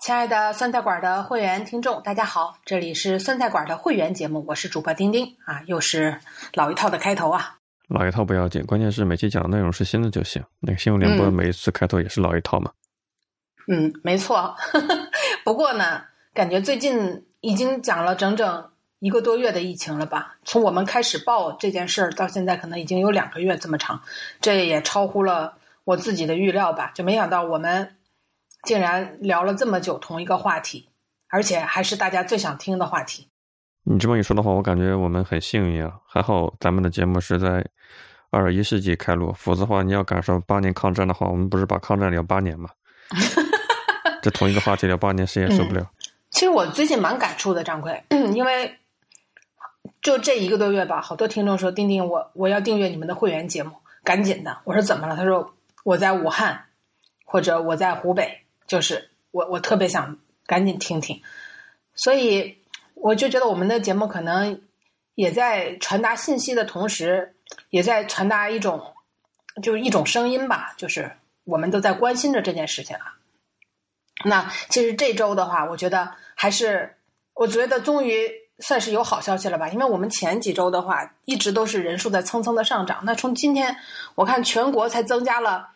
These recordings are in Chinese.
亲爱的酸菜馆的会员听众，大家好，这里是酸菜馆的会员节目，我是主播丁丁啊，又是老一套的开头啊。 老一套不要紧，关键是每期讲的内容是新的就行。那个新闻联播每一次开头也是老一套嘛。 没错。不过呢，感觉最近已经讲了整整1个多月的疫情了吧？从我们开始报这件事儿到现在，可能已经有2个月这么长，这也超乎了我自己的预料吧？就没想到我们竟然聊了这么久同一个话题，而且还是大家最想听的话题。 你这么一说的话，我感觉我们很幸运啊，还好咱们的节目是在21世纪开录，否则的话你要赶上8年抗战的话，我们不是把抗战聊8年吗？这同一个话题聊8年谁也受不了。 其实我最近蛮感触的，张奎，因为就这1个多月吧，好多听众说丁丁我要订阅你们的会员节目，赶紧的。我说怎么了？他说我在武汉或者我在湖北，就是我特别想赶紧听听，所以我就觉得我们的节目可能也在传达信息的同时，也在传达一种声音吧，就是我们都在关心着这件事情啊。那其实这周的话，我觉得终于算是有好消息了吧，因为我们前几周的话一直都是人数在蹭蹭的上涨，那从今天我看全国才增加了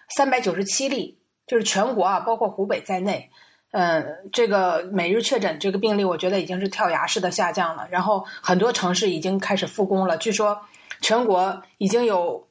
397例，就是全国啊，包括湖北在内，这个每日确诊这个病例我觉得已经是跳崖式的下降了，然后很多城市已经开始复工了，据说全国已经有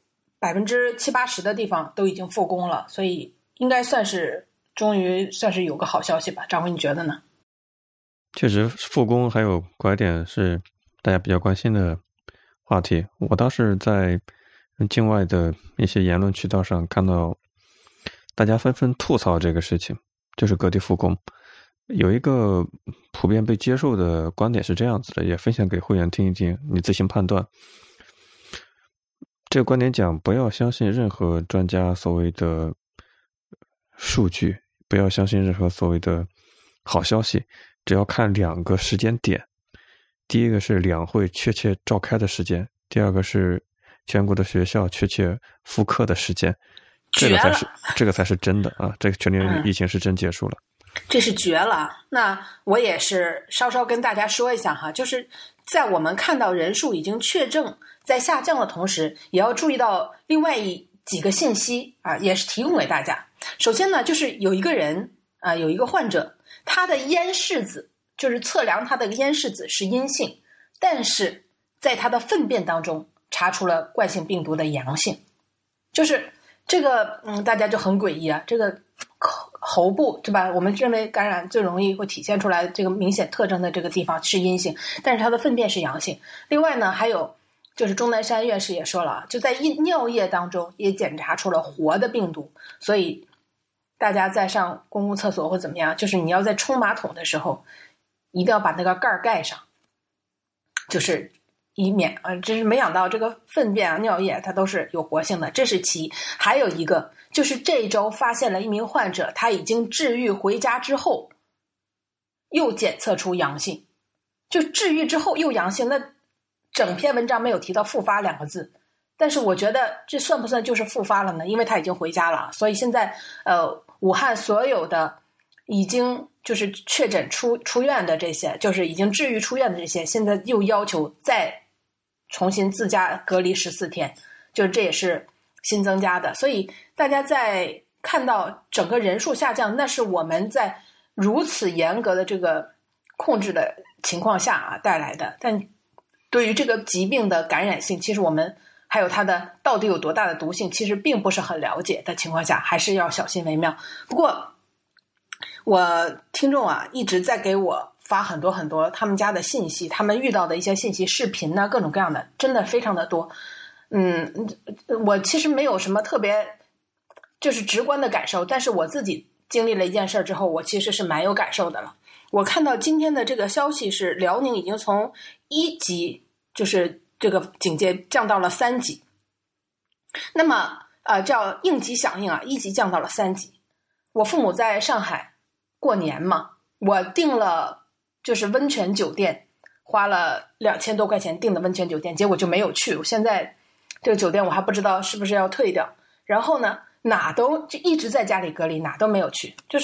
70-80%的地方都已经复工了，所以应该终于算是有个好消息吧。张辉你觉得呢？ 确实复工还有拐点是大家比较关心的话题，我倒是在境外的一些言论渠道上看到大家纷纷吐槽这个事情，就是各地复工。有一个普遍被接受的观点是这样子的，也分享给会员听一听，你自行判断。这个观点讲，不要相信任何专家所谓的数据，不要相信任何所谓的好消息，只要看2个时间点。第一个是两会确切召开的时间，第二个是全国的学校确切复课的时间，这个才是真的啊！这个全年疫情是真结束了， 这是绝了。那我也是稍稍跟大家说一下哈，就是在我们看到人数已经确诊在下降的同时，也要注意到另外几个信息啊，也是提供给大家。首先呢，就是有一个人啊，有一个患者，他的咽拭子就是测量他的咽拭子是阴性，但是在他的粪便当中查出了冠性病毒的阳性，就是这个大家就很诡异啊，这个喉部对吧？我们认为感染最容易会体现出来这个明显特征的这个地方是阴性，但是他的粪便是阳性。另外呢，还有就是钟南山院士也说了，就在尿液当中也检查出了活的病毒，所以大家在上公共厕所或怎么样，就是你要在冲马桶的时候一定要把那个盖儿盖上，就是以免真是没想到这个粪便啊尿液它都是有活性的，这是其一。还有一个就是这周发现了一名患者，他已经治愈回家之后又检测出阳性，就治愈之后又阳性，那整篇文章没有提到复发2个字，但是我觉得这算不算就是复发了呢？因为他已经回家了，所以现在武汉所有的已经就是确诊出院的这些，就是已经治愈出院的这些，现在又要求再重新自家隔离14天，就是这也是新增加的。所以大家在看到整个人数下降，那是我们在如此严格的这个控制的情况下啊带来的，但对于这个疾病的感染性，其实我们还有它的到底有多大的毒性，其实并不是很了解的情况下，还是要小心为妙。不过我听众啊一直在给我发很多很多他们家的信息，他们遇到的一些信息视频呢，各种各样的，真的非常的多。我其实没有什么特别就是直观的感受，但是我自己经历了一件事之后，我其实是蛮有感受的了。我看到今天的这个消息是辽宁已经从1级就是这个警戒降到了3级，那么叫应急响应啊，1级降到了3级。我父母在上海过年嘛，我订了就是温泉酒店，花了2000多块钱订的温泉酒店，结果就没有去。我现在这个酒店我还不知道是不是要退掉，然后呢就一直在家里隔离，哪都没有去。就是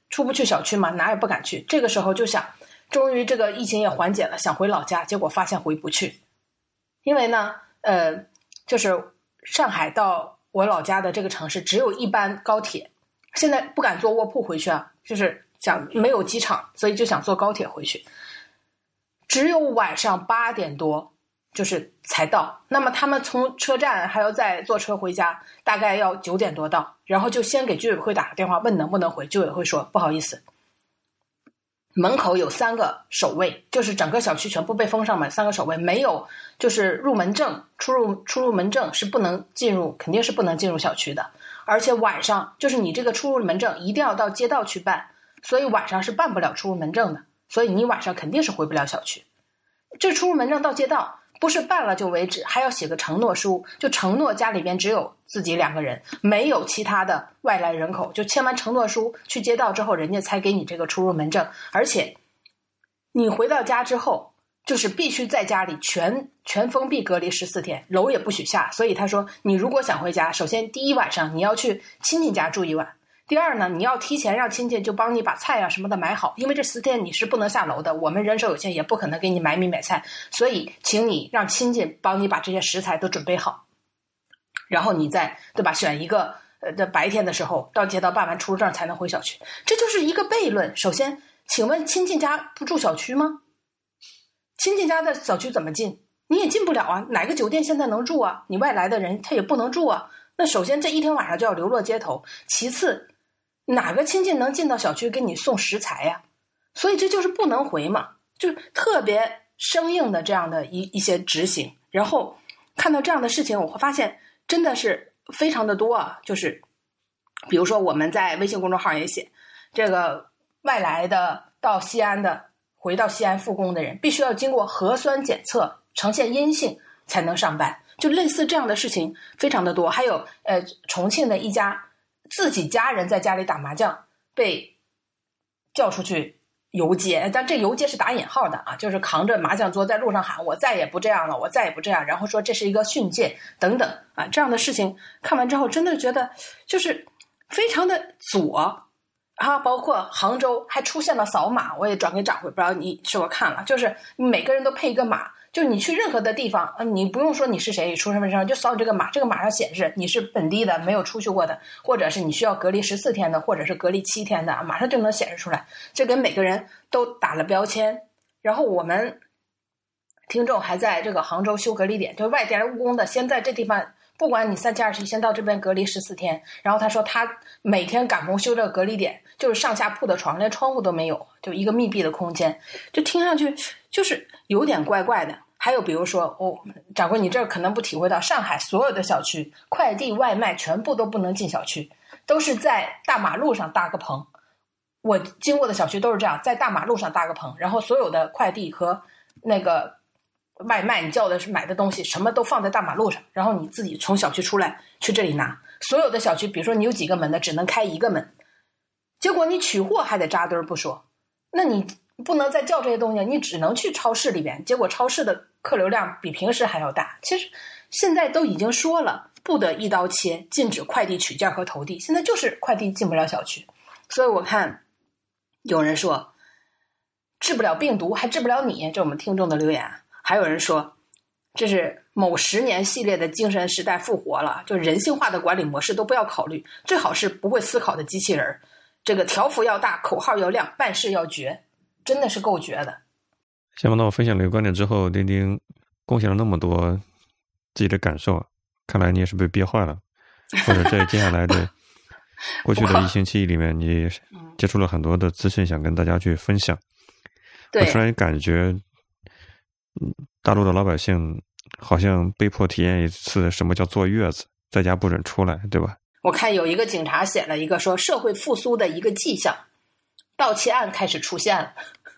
出不去小区嘛，哪也不敢去。这个时候就想，终于这个疫情也缓解了，想回老家，结果发现回不去。因为呢，就是上海到我老家的这个城市只有一班高铁，现在不敢坐卧铺回去啊，就是想没有机场，所以就想坐高铁回去。只有晚上8点多就是才到，那么他们从车站还要再坐车回家，大概要9点多到，然后就先给居委会打个电话问能不能回，居委会说不好意思，门口有3个守卫，就是整个小区全部被封上门，3个守卫，没有就是入门证，出入门证是不能进入，肯定是不能进入小区的。而且晚上就是你这个出入门证一定要到街道去办，所以晚上是办不了出入门证的，所以你晚上肯定是回不了小区。这出入门证到街道不是办了就为止，还要写个承诺书，就承诺家里边只有自己2个人，没有其他的外来人口，就签完承诺书去街道之后，人家才给你这个出入门证。而且你回到家之后就是必须在家里全封闭隔离14天，楼也不许下。所以他说你如果想回家，首先第一晚上你要去亲戚家住1晚，第二呢，你要提前让亲戚就帮你把菜啊什么的买好，因为这4天你是不能下楼的，我们人手有限，也不可能给你买米买菜，所以请你让亲戚帮你把这些食材都准备好，然后你再对吧，选一个白天的时候到街道办完出入证才能回小区。这就是一个悖论。首先请问亲戚家不住小区吗？亲戚家的小区怎么进？你也进不了啊，哪个酒店现在能住啊？你外来的人他也不能住啊。那首先这一天晚上就要流落街头，其次哪个亲戚能进到小区给你送食材呀？所以这就是不能回嘛，就特别生硬的这样的一些执行。然后看到这样的事情，我会发现真的是非常的多啊。就是比如说我们在微信公众号也写，这个外来的到西安的回到西安复工的人必须要经过核酸检测呈现阴性才能上班，就类似这样的事情非常的多。还有重庆的一家自己家人在家里打麻将被叫出去游街，但这游街是打引号的啊，就是扛着麻将桌在路上喊我再也不这样了，我再也不这样，然后说这是一个训诫等等啊，这样的事情看完之后真的觉得就是非常的左啊。包括杭州还出现了扫码，我也转给掌柜，不知道你是否看了，就是每个人都配一个码，就你去任何的地方，你不用说你是谁，出身份证就扫你这个码，这个码上显示你是本地的，没有出去过的，或者是你需要隔离14天的，或者是隔离7天的，马上就能显示出来。这给每个人都打了标签。然后我们听众还在这个杭州修隔离点，就外地来务工的，先在这地方，不管你3七27，先到这边隔离14天。然后他说他每天赶工修这个隔离点，就是上下铺的床，连窗户都没有，就一个密闭的空间，就听上去就是有点怪怪的。还有比如说掌柜你这儿可能不体会到，上海所有的小区快递外卖全部都不能进小区，都是在大马路上搭个棚。我经过的小区都是这样，在大马路上搭个棚，然后所有的快递和那个外卖你叫的是买的东西什么都放在大马路上，然后你自己从小区出来去这里拿。所有的小区比如说你有几个门的只能开1个门，结果你取货还得扎堆不说，那你不能再叫这些东西，你只能去超市里边，结果超市的客流量比平时还要大。其实现在都已经说了不得一刀切，禁止快递取件和投递，现在就是快递进不了小区。所以我看有人说治不了病毒还治不了你，这我们听众的留言。还有人说这是某10年系列的精神时代复活了，就人性化的管理模式都不要考虑，最好是不会思考的机器人。这个条幅要大，口号要亮，办事要绝，真的是够绝的。 先帮到我分享了一个观点之后，丁丁贡献了那么多自己的感受，看来你也是被憋坏了，或者在接下来的过去的1星期里面，你接触了很多的资讯，想跟大家去分享。我突然感觉大陆的老百姓好像被迫体验一次什么叫坐月子，在家不准出来，对吧？ 我看有一个警察写了一个说社会复苏的一个迹象，盗窃案开始出现了。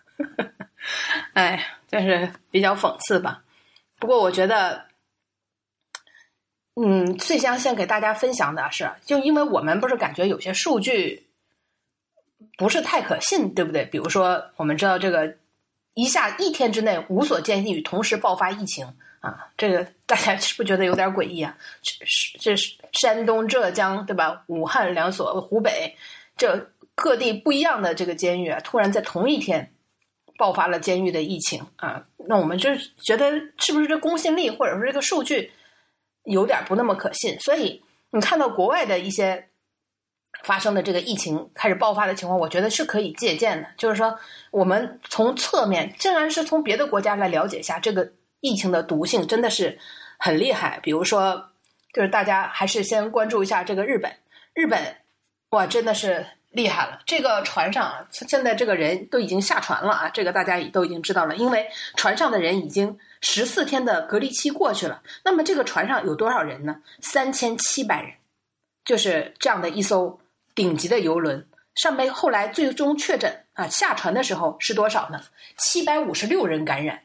哎，就是比较讽刺吧。不过我觉得最想先给大家分享的是，就因为我们不是感觉有些数据不是太可信，对不对？比如说我们知道这个1天之内5所监狱同时爆发疫情啊，这个大家是不是觉得有点诡异啊？这是山东、浙江对吧？武汉2所，湖北，这各地不一样的这个监狱啊，突然在同一天爆发了监狱的疫情啊，那我们就觉得是不是这公信力或者说这个数据有点不那么可信。所以你看到国外的一些发生的这个疫情开始爆发的情况，我觉得是可以借鉴的。就是说我们从侧面竟然是从别的国家来了解一下这个疫情的毒性，真的是很厉害。比如说就是大家还是先关注一下这个日本哇真的是厉害了。这个船上啊，现在这个人都已经下船了啊，这个大家都已经知道了，因为船上的人已经14天的隔离期过去了。那么这个船上有多少人呢？3700人，就是这样的一艘顶级的游轮。上面后来最终确诊啊，下船的时候是多少呢？756人感染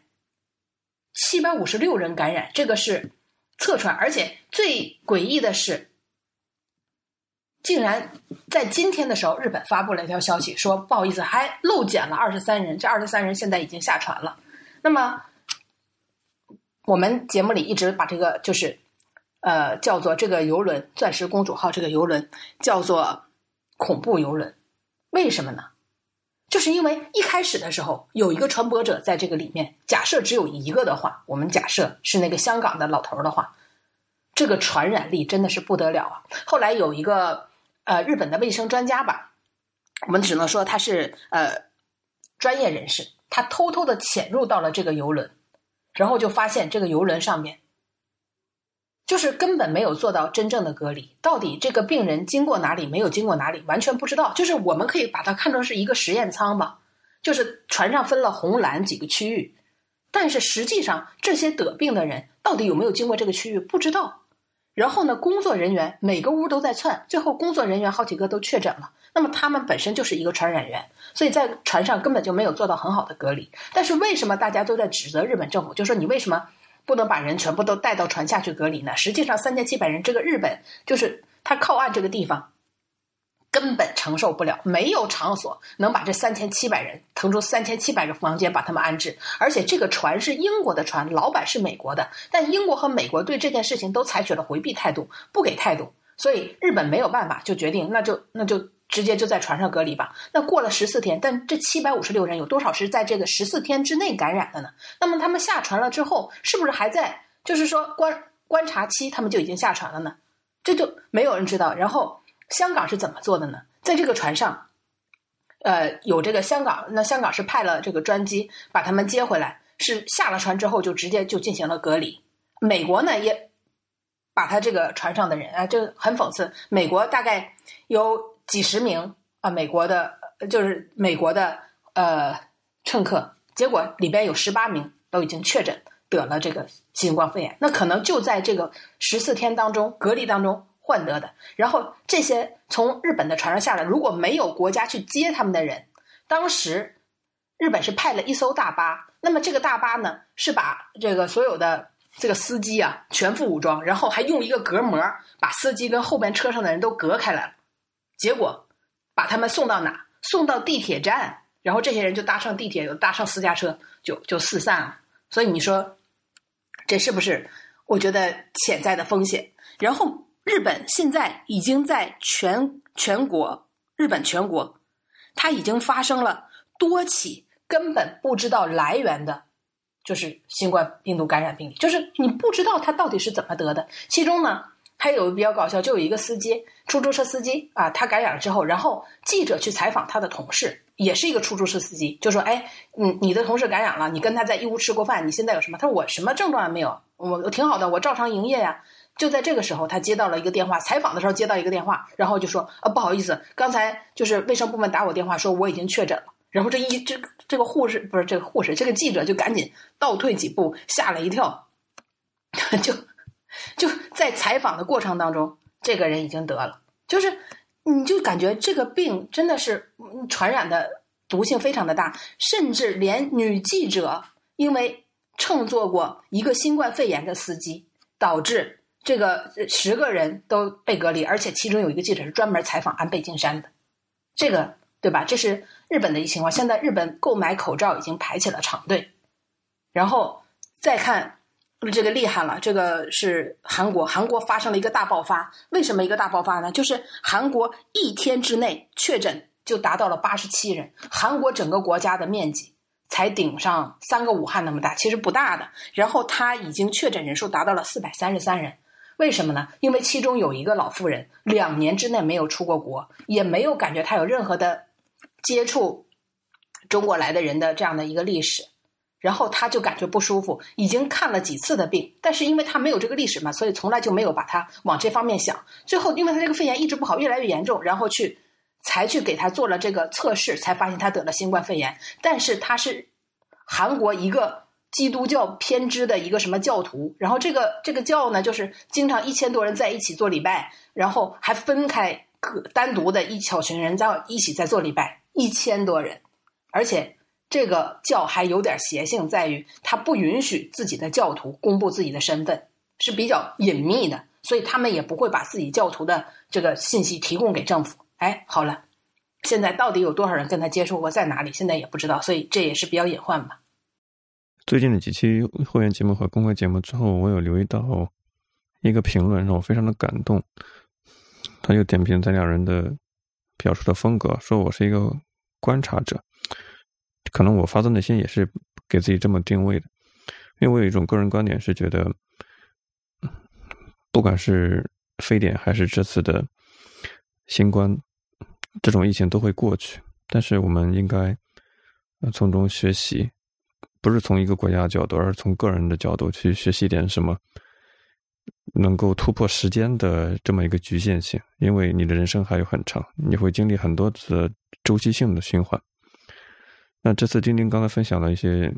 ，756人感染，这个是测出来。而且最诡异的是，竟然在今天的时候，日本发布了一条消息，说不好意思，还漏检了23人，这23人现在已经下船了。那么我们节目里一直把这个就是叫做这个游轮钻石公主号这个游轮叫做恐怖游轮。为什么呢？就是因为一开始的时候有一个传播者在这个里面，假设只有一个的话，我们假设是那个香港的老头的话，这个传染力真的是不得了啊。后来有一个日本的卫生专家吧，我们只能说他是专业人士，他偷偷的潜入到了这个游轮，然后就发现这个游轮上面就是根本没有做到真正的隔离，到底这个病人经过哪里没有经过哪里完全不知道。就是我们可以把它看作是一个实验舱吧，就是船上分了红蓝几个区域，但是实际上这些得病的人到底有没有经过这个区域不知道。然后呢，工作人员每个屋都在窜，最后工作人员好几个都确诊了，那么他们本身就是一个传染源，所以在船上根本就没有做到很好的隔离。但是为什么大家都在指责日本政府，就说你为什么不能把人全部都带到船下去隔离呢？实际上3700人，这个日本就是它靠岸这个地方根本承受不了，没有场所能把这3700人腾出3700个房间把他们安置。而且这个船是英国的船，老板是美国的，但英国和美国对这件事情都采取了回避态度，不给态度，所以日本没有办法，就决定那就直接就在船上隔离吧。那过了14天，但这756人有多少是在这个14天之内感染的呢？那么他们下船了之后，是不是还在就是说观察期他们就已经下船了呢？这就没有人知道。然后香港是怎么做的呢？在这个船上有这个香港，那香港是派了这个专机把他们接回来，是下了船之后就直接就进行了隔离。美国呢也把他这个船上的人啊，这很讽刺，美国大概有几十名美国的就是美国的乘客，结果里边有18名都已经确诊得了这个新冠肺炎，那可能就在这个14天当中隔离当中患得的。然后这些从日本的船上下来，如果没有国家去接他们的人，当时日本是派了一艘大巴，那么这个大巴呢是把这个所有的这个司机啊全副武装，然后还用一个隔膜把司机跟后边车上的人都隔开来了，结果把他们送到哪？送到地铁站，然后这些人就搭上地铁，又搭上私家车，就四散了。所以你说这是不是我觉得潜在的风险？然后日本现在已经在全国，日本全国它已经发生了多起根本不知道来源的就是新冠病毒感染病例，就是你不知道他到底是怎么得的。其中呢还有比较搞笑，就有一个司机，出租车司机啊，他感染了之后，然后记者去采访他的同事，也是一个出租车司机，就说你的同事感染了，你跟他在一屋吃过饭，你现在有什么？他说我什么症状也没有，我挺好的，我照常营业呀。就在这个时候他接到了一个电话，采访的时候接到一个电话，然后就说不好意思，刚才就是卫生部门打我电话说我已经确诊了。然后这个护士不是这个护士，这个记者就赶紧倒退几步，吓了一跳，就在采访的过程当中，这个人已经得了，就是你就感觉这个病真的是传染的毒性非常的大，甚至连女记者因为乘坐过一个新冠肺炎的司机，导致这个10个人都被隔离，而且其中有一个记者是专门采访安倍晋三的，这个对吧？这是日本的一情况。现在日本购买口罩已经排起了长队，然后再看这个厉害了，这个是韩国发生了一个大爆发。为什么一个大爆发呢？就是韩国1天之内确诊就达到了87人，韩国整个国家的面积才顶上3个武汉那么大，其实不大的。然后他已经确诊人数达到了433人，为什么呢？因为其中有一个老妇人2年之内没有出过国，也没有感觉她有任何的接触中国来的人的这样的一个历史，然后他就感觉不舒服，已经看了几次的病，但是因为他没有这个历史嘛，所以从来就没有把他往这方面想。最后因为他这个肺炎一直不好，越来越严重，然后才去给他做了这个测试，才发现他得了新冠肺炎。但是他是韩国一个基督教偏支的一个什么教徒，然后这个教呢，就是经常1000多人在一起做礼拜，然后还分开单独的一小群人在一起在做礼拜，1000多人。而且这个教还有点邪性，在于他不允许自己的教徒公布自己的身份，是比较隐秘的，所以他们也不会把自己教徒的这个信息提供给政府。好了，现在到底有多少人跟他接触过，在哪里，现在也不知道，所以这也是比较隐患吧。 最近的几期会员节目和公开节目之后，我有留意到一个评论让我非常的感动，他就点评咱俩人的表述的风格，说我是一个观察者，可能我发自内心也是给自己这么定位的。因为我有一种个人观点是觉得，不管是非典还是这次的新冠，这种疫情都会过去，但是我们应该从中学习，不是从一个国家的角度，而是从个人的角度去学习点什么能够突破时间的这么一个局限性。因为你的人生还有很长，你会经历很多次周期性的循环。那这次丁丁刚才分享了一些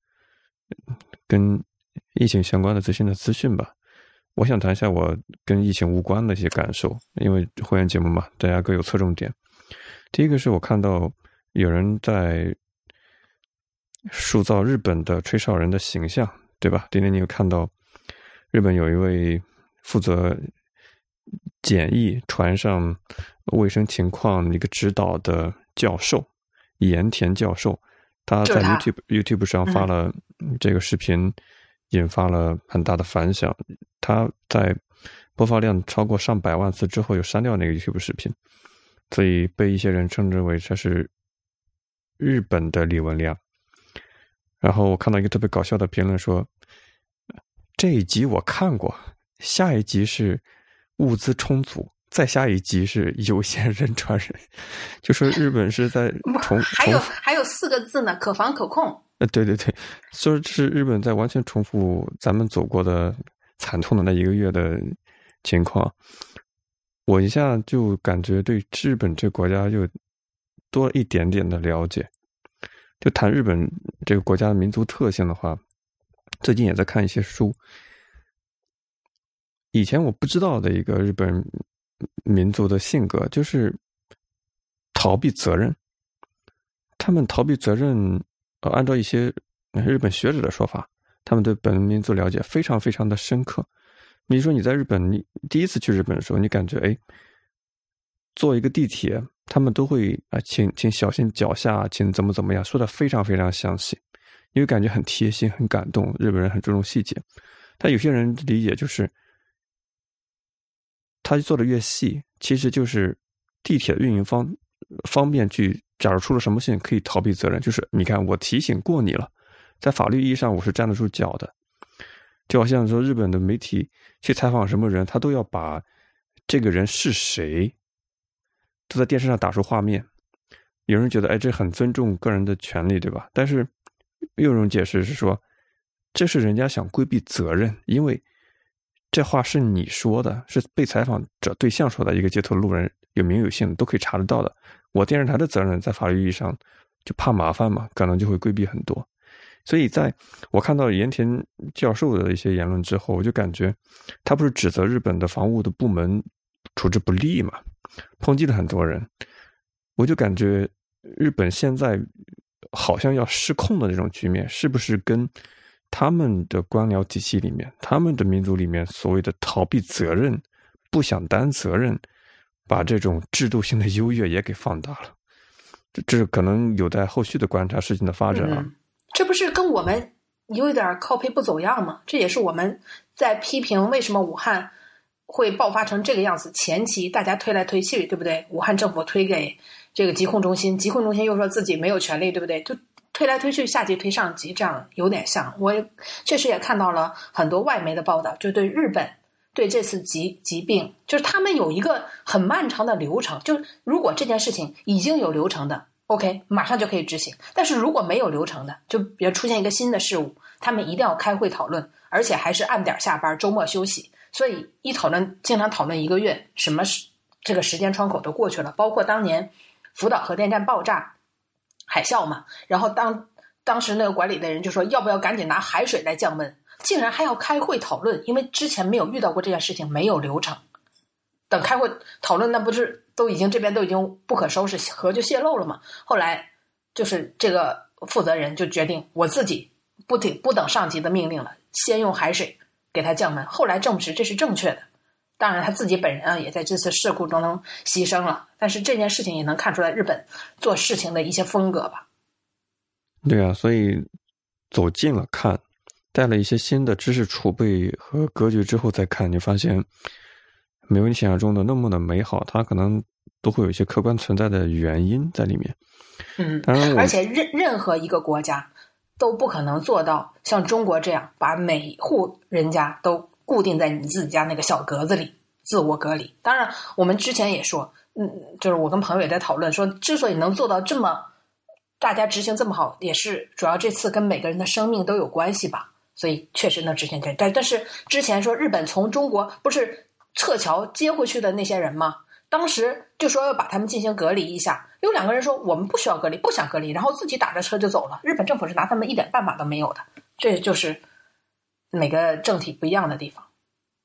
跟疫情相关的最新的资讯吧，我想谈一下我跟疫情无关的一些感受，因为会员节目嘛，大家各有侧重点。第一个是我看到有人在塑造日本的吹哨人的形象，对吧？丁丁，你有看到日本有一位负责检疫船上卫生情况一个指导的教授，盐田教授，他在 YouTube 上发了这个视频，引发了很大的反响。他在播放量超过上百万次之后，又删掉那个 YouTube 视频，所以被一些人称之为这是日本的李文亮。然后我看到一个特别搞笑的评论说，这一集我看过，下一集是物资充足，再下一集是有限人传人，就说日本是在还有4个字呢，可防可控。 对对对，所以这是日本在完全重复咱们走过的惨痛的那1个月的情况。我一下就感觉对日本这个国家又多一点点的了解。就谈日本这个国家的民族特性的话，最近也在看一些书。以前我不知道的一个日本民族的性格就是逃避责任。他们逃避责任，按照一些日本学者的说法，他们对本民族了解非常非常的深刻。比如说你在日本，你第一次去日本的时候，你感觉坐一个地铁，他们都会请小心脚下，请怎么样，说的非常非常详细，因为感觉很贴心很感动，日本人很注重细节。但有些人理解就是他做的越细，其实就是地铁的运营方便去，假如出了什么事情可以逃避责任，就是你看我提醒过你了，在法律意义上我是站得住脚的。就好像说日本的媒体去采访什么人，他都要把这个人是谁都在电视上打出画面。有人觉得这很尊重个人的权利，对吧？但是又有人解释是说，这是人家想规避责任，因为这话是你说的，是被采访者对象说的，一个街头路人有名有姓的都可以查得到的。我电视台的责任在法律意义上就怕麻烦嘛，可能就会规避很多。所以在我看到盐田教授的一些言论之后，我就感觉他不是指责日本的防务的部门处置不力嘛，抨击了很多人。我就感觉日本现在好像要失控的这种局面，是不是跟他们的官僚体系里面，他们的民族里面所谓的逃避责任，不想担责任，把这种制度性的优越也给放大了。这可能有待后续的观察事情的发展啊。 这不是跟我们有点靠背不走样吗？这也是我们在批评为什么武汉会爆发成这个样子，前期大家推来推去，对不对？武汉政府推给这个疾控中心又说自己没有权利，对不对？就推来推去，下级推上级，这样有点像。我确实也看到了很多外媒的报道，就对日本对这次疾病，就是他们有一个很漫长的流程，就如果这件事情已经有流程的 OK 马上就可以执行，但是如果没有流程的，就比如出现一个新的事物，他们一定要开会讨论，而且还是按点下班，周末休息，所以一讨论经常讨论1个月，什么这个时间窗口都过去了。包括当年福岛核电站爆炸海啸嘛，然后当时那个管理的人就说要不要赶紧拿海水来降温，竟然还要开会讨论，因为之前没有遇到过这件事情，没有流程。等开会讨论，那不是这边都已经不可收拾，核就泄漏了嘛。后来就是这个负责人就决定，我自己不等上级的命令了，先用海水给他降温。后来证实这是正确的，当然他自己本人也在这次事故中牺牲了。但是这件事情也能看出来日本做事情的一些风格吧。 对啊，所以走近了看，带了一些新的知识储备和格局之后再看，你发现没有你想象中的那么的美好，它可能都会有一些客观存在的原因在里面。当然而且任何一个国家都不可能做到像中国这样把每户人家都固定在你自己家那个小格子里自我隔离。当然我们之前也说就是我跟朋友也在讨论说，之所以能做到这么大家执行这么好，也是主要这次跟每个人的生命都有关系吧，所以确实能执行这。但是之前说日本从中国不是撤侨接回去的那些人吗？当时就说要把他们进行隔离一下，有2个人说我们不需要隔离，不想隔离，然后自己打着车就走了。日本政府是拿他们一点办法都没有的，这就是每个政体不一样的地方。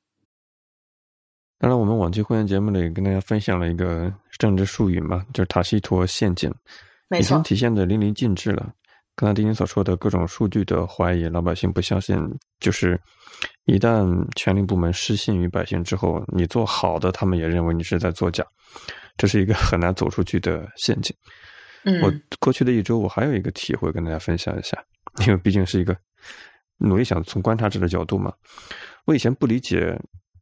当然我们往期会员节目里跟大家分享了一个政治术语嘛，就是塔西佗陷阱，已经体现的淋漓尽致了。刚才丁宁所说的各种数据的怀疑，老百姓不相信，就是一旦权力部门失信于百姓之后，你做好的他们也认为你是在作假，这是一个很难走出去的陷阱。我过去的1周我还有一个体会跟大家分享一下，因为毕竟是一个努力想从观察者的角度嘛。我以前不理解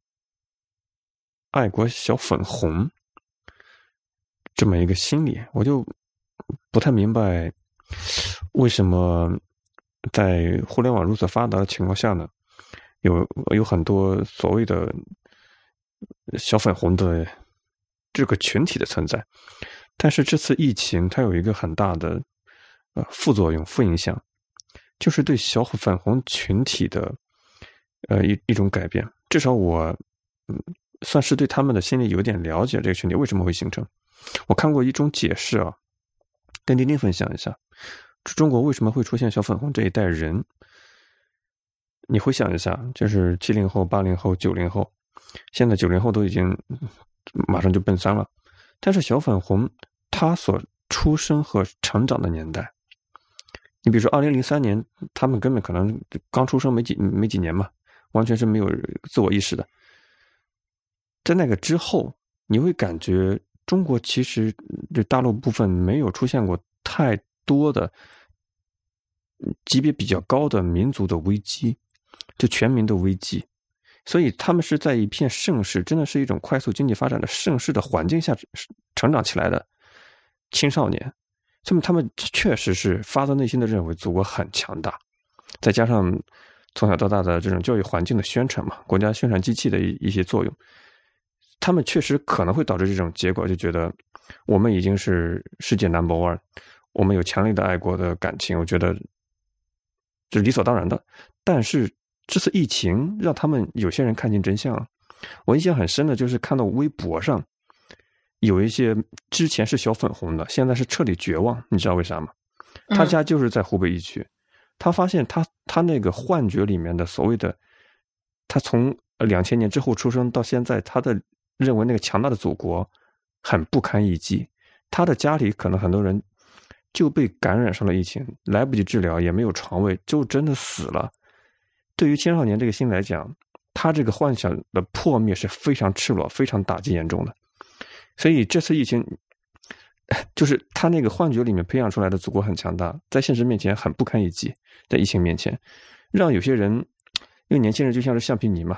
爱国小粉红这么一个心理，我就不太明白为什么在互联网如此发达的情况下呢，有很多所谓的小粉红的这个群体的存在。但是这次疫情它有一个很大的副作用、副影响，就是对小粉红群体的一种改变。至少我算是对他们的心理有点了解，这个群体为什么会形成。我看过一种解释啊，跟丁丁分享一下，中国为什么会出现小粉红这一代人。你回想一下，就是70后、80后、90后，现在90后都已经马上就奔3了，但是小粉红他所出生和成长的年代，你比如说2003年，他们根本可能刚出生没几年嘛，完全是没有自我意识的。在那个之后，你会感觉中国其实这大陆部分没有出现过太多的级别比较高的民族的危机，就全民的危机，所以他们是在一片盛世，真的是一种快速经济发展的盛世的环境下成长起来的青少年，所以他们确实是发自内心的认为祖国很强大，再加上从小到大的这种教育环境的宣传嘛，国家宣传机器的一些作用，他们确实可能会导致这种结果，就觉得我们已经是世界 No.1， 我们有强烈的爱国的感情，我觉得这是理所当然的。但是这次疫情让他们有些人看清真相了。我印象很深的就是看到微博上有一些之前是小粉红的，现在是彻底绝望，你知道为啥吗？他家就是在湖北一区，他发现他那个幻觉里面的所谓的，他从2000年之后出生到现在，他的认为那个强大的祖国很不堪一击，他的家里可能很多人就被感染上了疫情，来不及治疗，也没有床位，就真的死了。对于青少年这个心来讲，他这个幻想的破灭是非常赤裸、非常打击严重的。所以这次疫情，就是他那个幻觉里面培养出来的祖国很强大，在现实面前很不堪一击，在疫情面前，让有些人，因为年轻人就像是橡皮泥嘛，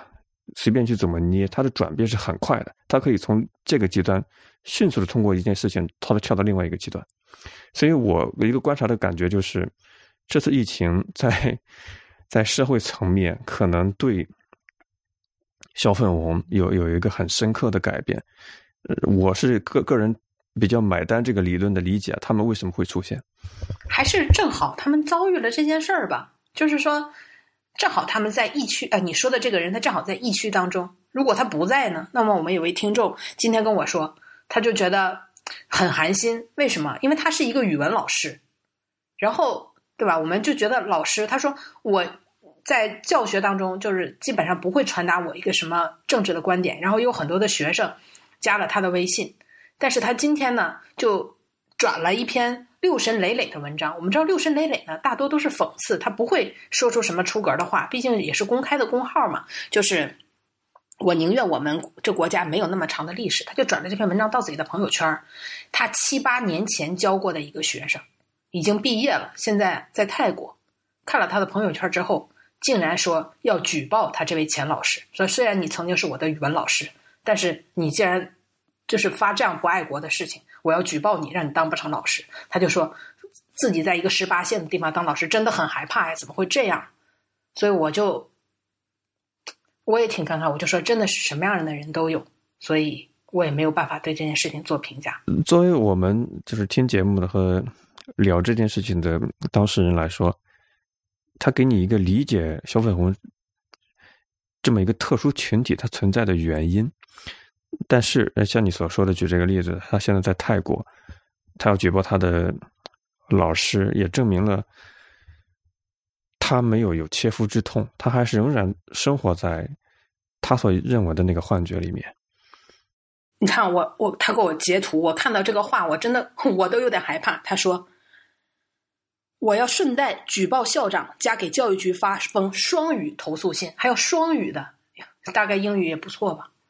随便去怎么捏，它的转变是很快的，它可以从这个极端迅速的通过一件事情跳到另外一个极端。所以我一个观察的感觉就是，这次疫情在社会层面可能对小粉红有一个很深刻的改变。我是个人比较买单这个理论的理解，他们为什么会出现？ 还是正好他们遭遇了这件事儿吧，就是说正好他们在疫区你说的这个人他正好在疫区当中，如果他不在呢，那么我们有位听众今天跟我说，他就觉得很寒心。为什么？因为他是一个语文老师，然后对吧，我们就觉得老师，他说我在教学当中就是基本上不会传达我一个什么政治的观点，然后有很多的学生加了他的微信，但是他今天呢就转了一篇六神磊磊的文章。我们知道六神磊磊呢大多都是讽刺，他不会说出什么出格的话，毕竟也是公开的公号嘛，就是我宁愿我们这国家没有那么长的历史。他就转了这篇文章到自己的朋友圈，他7、8年前教过的一个学生已经毕业了，现在在泰国，看了他的朋友圈之后竟然说要举报他这位前老师，说虽然你曾经是我的语文老师，但是你既然就是发这样不爱国的事情，我要举报你，让你当不成老师。他就说自己在一个18线的地方当老师真的很害怕呀，怎么会这样？所以我也挺看看，我就说真的是什么样的人都有，所以我也没有办法对这件事情做评价。 作为我们就是听节目的和聊这件事情的当事人来说，他给你一个理解小粉红这么一个特殊群体它存在的原因。但是像你所说的，举这个例子，他现在在泰国，他要举报他的老师，也证明了他没有切肤之痛，他还是仍然生活在他所认为的那个幻觉里面。 你看他给我截图，我看到这个话我真的我都有点害怕。他说我要顺带举报校长，加给教育局发封双语投诉信，还有双语的，大概英语也不错吧。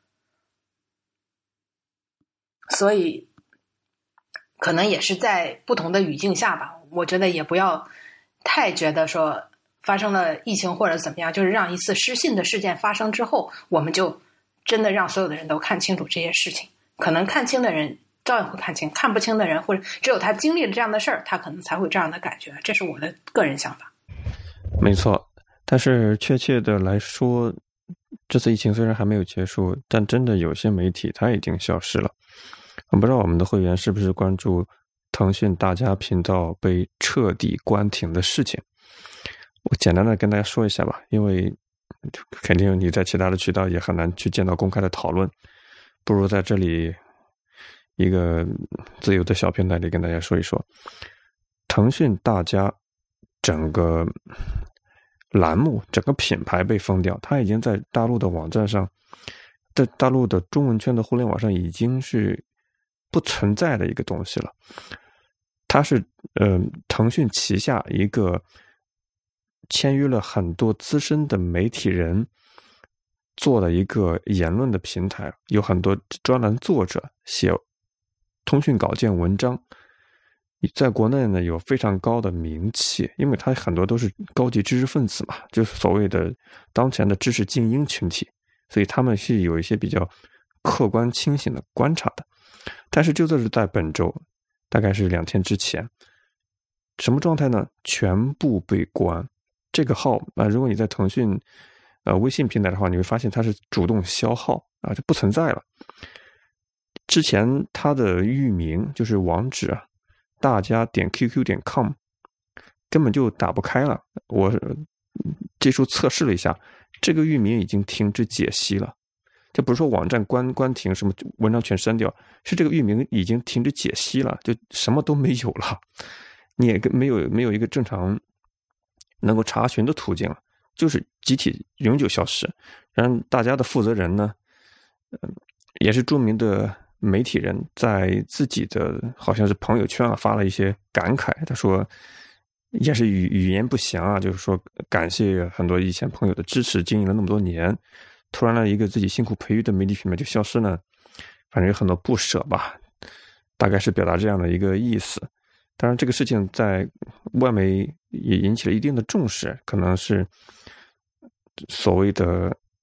所以可能也是在不同的语境下吧，我觉得也不要太觉得说发生了疫情或者怎么样，就是让一次失信的事件发生之后，我们就真的让所有的人都看清楚这些事情。可能看清的人照样会看清，看不清的人或者只有他经历了这样的事儿，他可能才会这样的感觉。这是我的个人想法。 没错，但是确切的来说，这次疫情虽然还没有结束，但真的有些媒体它已经消失了。我不知道我们的会员是不是关注腾讯大家频道被彻底关停的事情。我简单的跟大家说一下吧，因为肯定你在其他的渠道也很难去见到公开的讨论，不如在这里一个自由的小平台里跟大家说一说。腾讯大家整个栏目整个品牌被封掉，它已经在大陆的网站上，在大陆的中文圈的互联网上已经是不存在的一个东西了。它是腾讯旗下一个签约了很多资深的媒体人做了一个言论的平台，有很多专栏作者写通讯稿件文章，在国内呢有非常高的名气，因为他很多都是高级知识分子嘛，就是所谓的当前的知识精英群体，所以他们是有一些比较客观清醒的观察的。但是就是在本周，大概是2天之前，什么状态呢？全部被关。这个号如果你在腾讯微信平台的话，你会发现它是主动消号就不存在了。之前它的域名就是网址大家.qq.com 根本就打不开了。我技术测试了一下，这个域名已经停止解析了。就不是说网站关停，什么文章全删掉，是这个域名已经停止解析了，就什么都没有了，你也没有一个正常能够查询的途径了，就是集体永久消失。然后大家的负责人呢，也是著名的媒体人，在自己的好像是朋友圈发了一些感慨，他说也是语言不详就是说感谢很多以前朋友的支持，经营了那么多年，突然了一个自己辛苦培育的媒体品牌就消失呢，反正有很多不舍吧，大概是表达这样的一个意思。当然这个事情在外媒也引起了一定的重视，可能是所谓的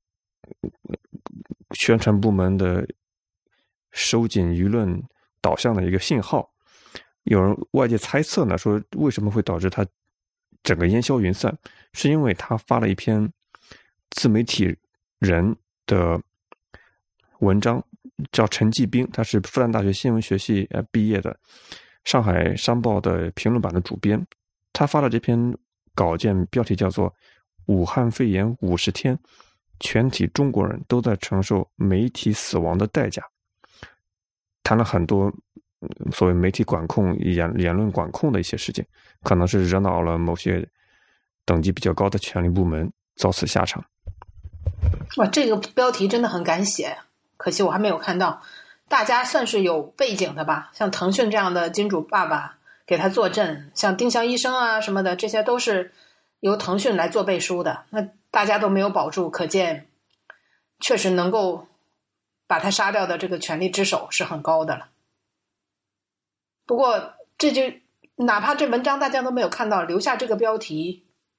宣传部门的收紧舆论导向的一个信号。有人外界猜测呢，说为什么会导致他整个烟消云散，是因为他发了一篇自媒体人的文章，叫陈继兵，他是复旦大学新闻学系毕业的，上海商报的评论版的主编。他发了这篇稿件，标题叫做武汉肺炎50天，全体中国人都在承受媒体死亡的代价，谈了很多所谓媒体管控、言论管控的一些事情，可能是惹恼了某些等级比较高的权力部门，遭此下场。 哇，这个标题真的很敢写，可惜我还没有看到。大家算是有背景的吧，像腾讯这样的金主爸爸给他坐镇，像丁香医生啊什么的，这些都是由腾讯来做背书的，那大家都没有保住，可见确实能够把他杀掉的这个权力之手是很高的了。不过这就哪怕这文章大家都没有看到，留下这个标题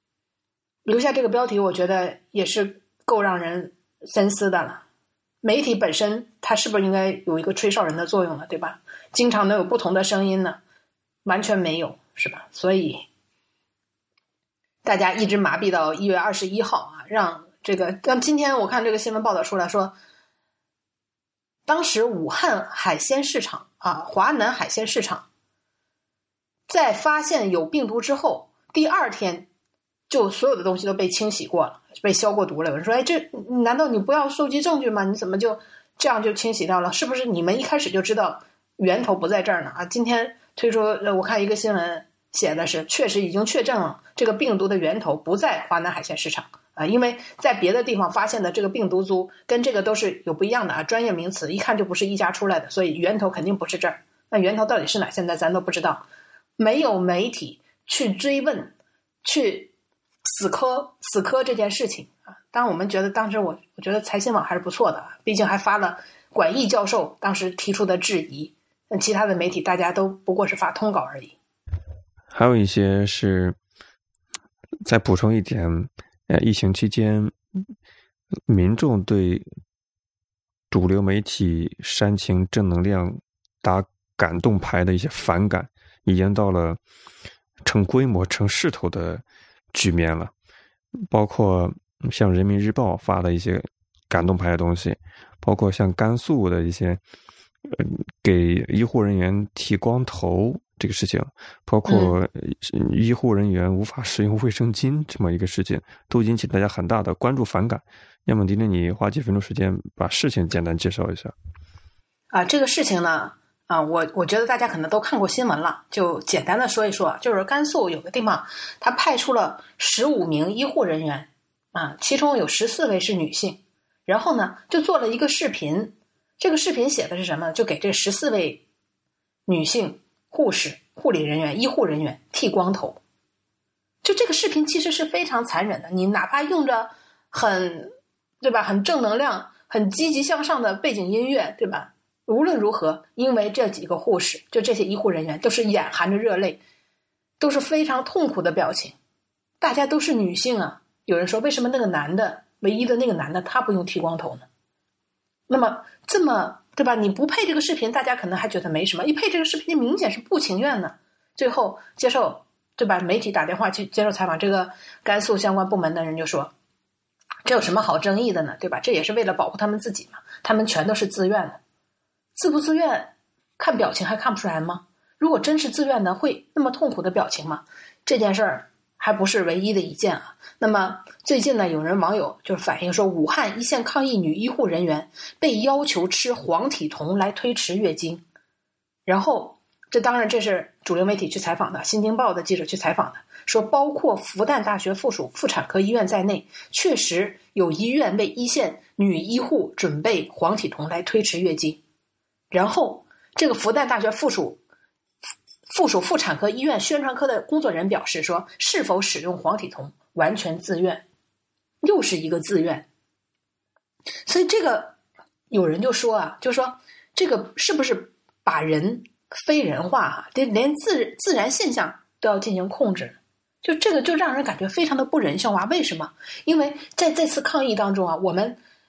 我觉得也是够让人深思的了。媒体本身它是不是应该有一个吹哨人的作用了，对吧？经常能有不同的声音呢？完全没有，是吧？所以大家一直麻痹到1月21号啊，让今天我看这个新闻报道出来说，当时武汉海鲜市场华南海鲜市场在发现有病毒之后，第2天就所有的东西都被清洗过了，被消过毒了。有人说，这难道你不要收集证据吗？你怎么就这样就清洗掉了？是不是你们一开始就知道源头不在这儿呢？今天推出我看一个新闻写的是，确实已经确证了这个病毒的源头不在华南海鲜市场因为在别的地方发现的这个病毒株跟这个都是有不一样的专业名词一看就不是一家出来的，所以源头肯定不是这儿。那源头到底是哪？现在咱都不知道，没有媒体去追问，去死磕这件事情当然我们觉得当时我觉得财新网还是不错的，毕竟还发了管毅教授当时提出的质疑，其他的媒体大家都不过是发通稿而已。 还有一些是再补充一点，疫情期间民众对主流媒体煽情正能量打感动牌的一些反感，已经到了成规模成势头的局面了。包括像人民日报发的一些感动牌的东西，包括像甘肃的一些给医护人员剃光头这个事情，包括医护人员无法使用卫生巾这么一个事情，都引起大家很大的关注反感。要么今天你花几分钟时间把事情简单介绍一下这个事情呢我觉得大家可能都看过新闻了，就简单的说一说。就是甘肃有个地方，他派出了15名医护人员其中有14位是女性，然后呢就做了一个视频。这个视频写的是什么？就给这14位女性护士、护理人员、医护人员剃光头。就这个视频其实是非常残忍的，你哪怕用着很正能量、很积极向上的背景音乐，对吧？无论如何，因为这几个护士，就这些医护人员都是眼含着热泪，都是非常痛苦的表情。大家都是女性有人说为什么那个男的，唯一的那个男的他不用剃光头呢？那么这么对吧，你不配这个视频大家可能还觉得没什么，一配这个视频你明显是不情愿的。最后接受对吧，媒体打电话去接受采访，这个甘肃相关部门的人就说，这有什么好争议的呢？对吧？这也是为了保护他们自己嘛，他们全都是自愿的。自不自愿看表情还看不出来吗？如果真是自愿的，会那么痛苦的表情吗？这件事儿还不是唯一的一件那么最近呢，有网友就是反映说，武汉一线抗疫女医护人员被要求吃黄体酮来推迟月经。然后当然这是主流媒体去采访的，新京报的记者去采访的，说包括复旦大学附属妇产科医院在内，确实有医院为一线女医护准备黄体酮来推迟月经。然后这个复旦大学附属妇产科医院宣传科的工作人员表示说，是否使用黄体酮完全自愿，又是一个自愿。所以这个有人就说就说这个是不是把人非人化连自然现象都要进行控制？就这个就让人感觉非常的不人性化。为什么？因为在这次抗疫当中我们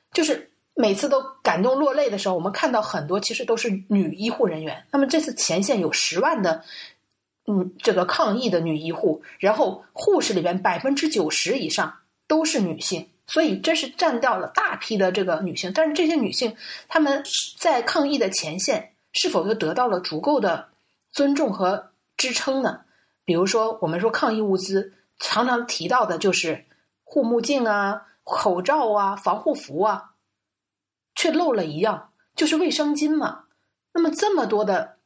就是每次都感动落泪的时候，我们看到很多其实都是女医护人员。那么这次前线有10万的这个抗疫的女医护，然后护士里边90%以上都是女性，所以这是占掉了大批的这个女性。但是这些女性她们在抗疫的前线是否又得到了足够的尊重和支撑呢？比如说我们说抗疫物资常常提到的就是护目镜啊、口罩啊、防护服啊，却漏了一样，就是卫生巾嘛。那么这么多的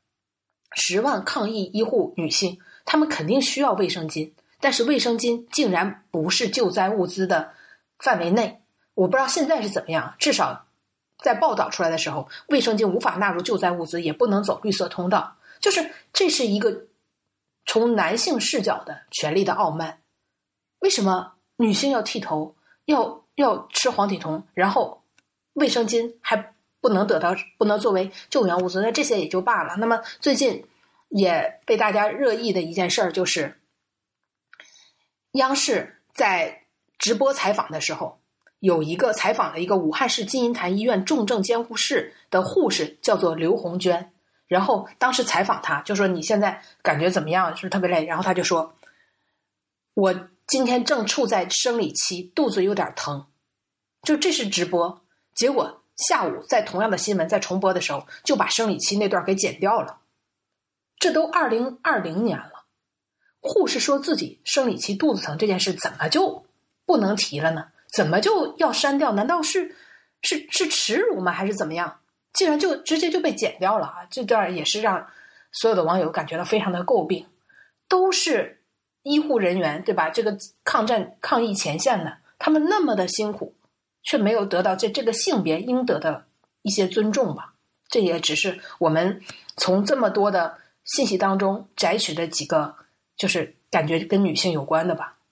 10万抗疫医护女性，她们肯定需要卫生巾，但是卫生巾竟然不是救灾物资的范围内。我不知道现在是怎么样，至少在报道出来的时候，卫生巾无法纳入救灾物资，也不能走绿色通道。就是这是一个从男性视角的权力的傲慢。为什么女性要剃头，要吃黄体酮，然后卫生巾还不能作为救援物资？那这些也就罢了。那么最近也被大家热议的一件事儿，就是央视在直播采访的时候，有一个采访了一个武汉市金银潭医院重症监护室的护士，叫做刘红娟。然后当时采访她，就说你现在感觉怎么样，是不是特别累？然后她就说，我今天正处在生理期，肚子有点疼。就这是直播，结果下午在同样的新闻在重播的时候，就把生理期那段给剪掉了。这都2020年了，护士说自己生理期肚子疼这件事怎么就不能提了呢？怎么就要删掉？难道是耻辱吗？还是怎么样？竟然就直接就被剪掉了啊！这段也是让所有的网友感觉到非常的诟病。都是医护人员，对吧？这个抗疫前线的，他们那么的辛苦，却没有得到这个性别应得的一些尊重吧。这也只是我们从这么多的信息当中摘取的几个，就是感觉跟女性有关的吧。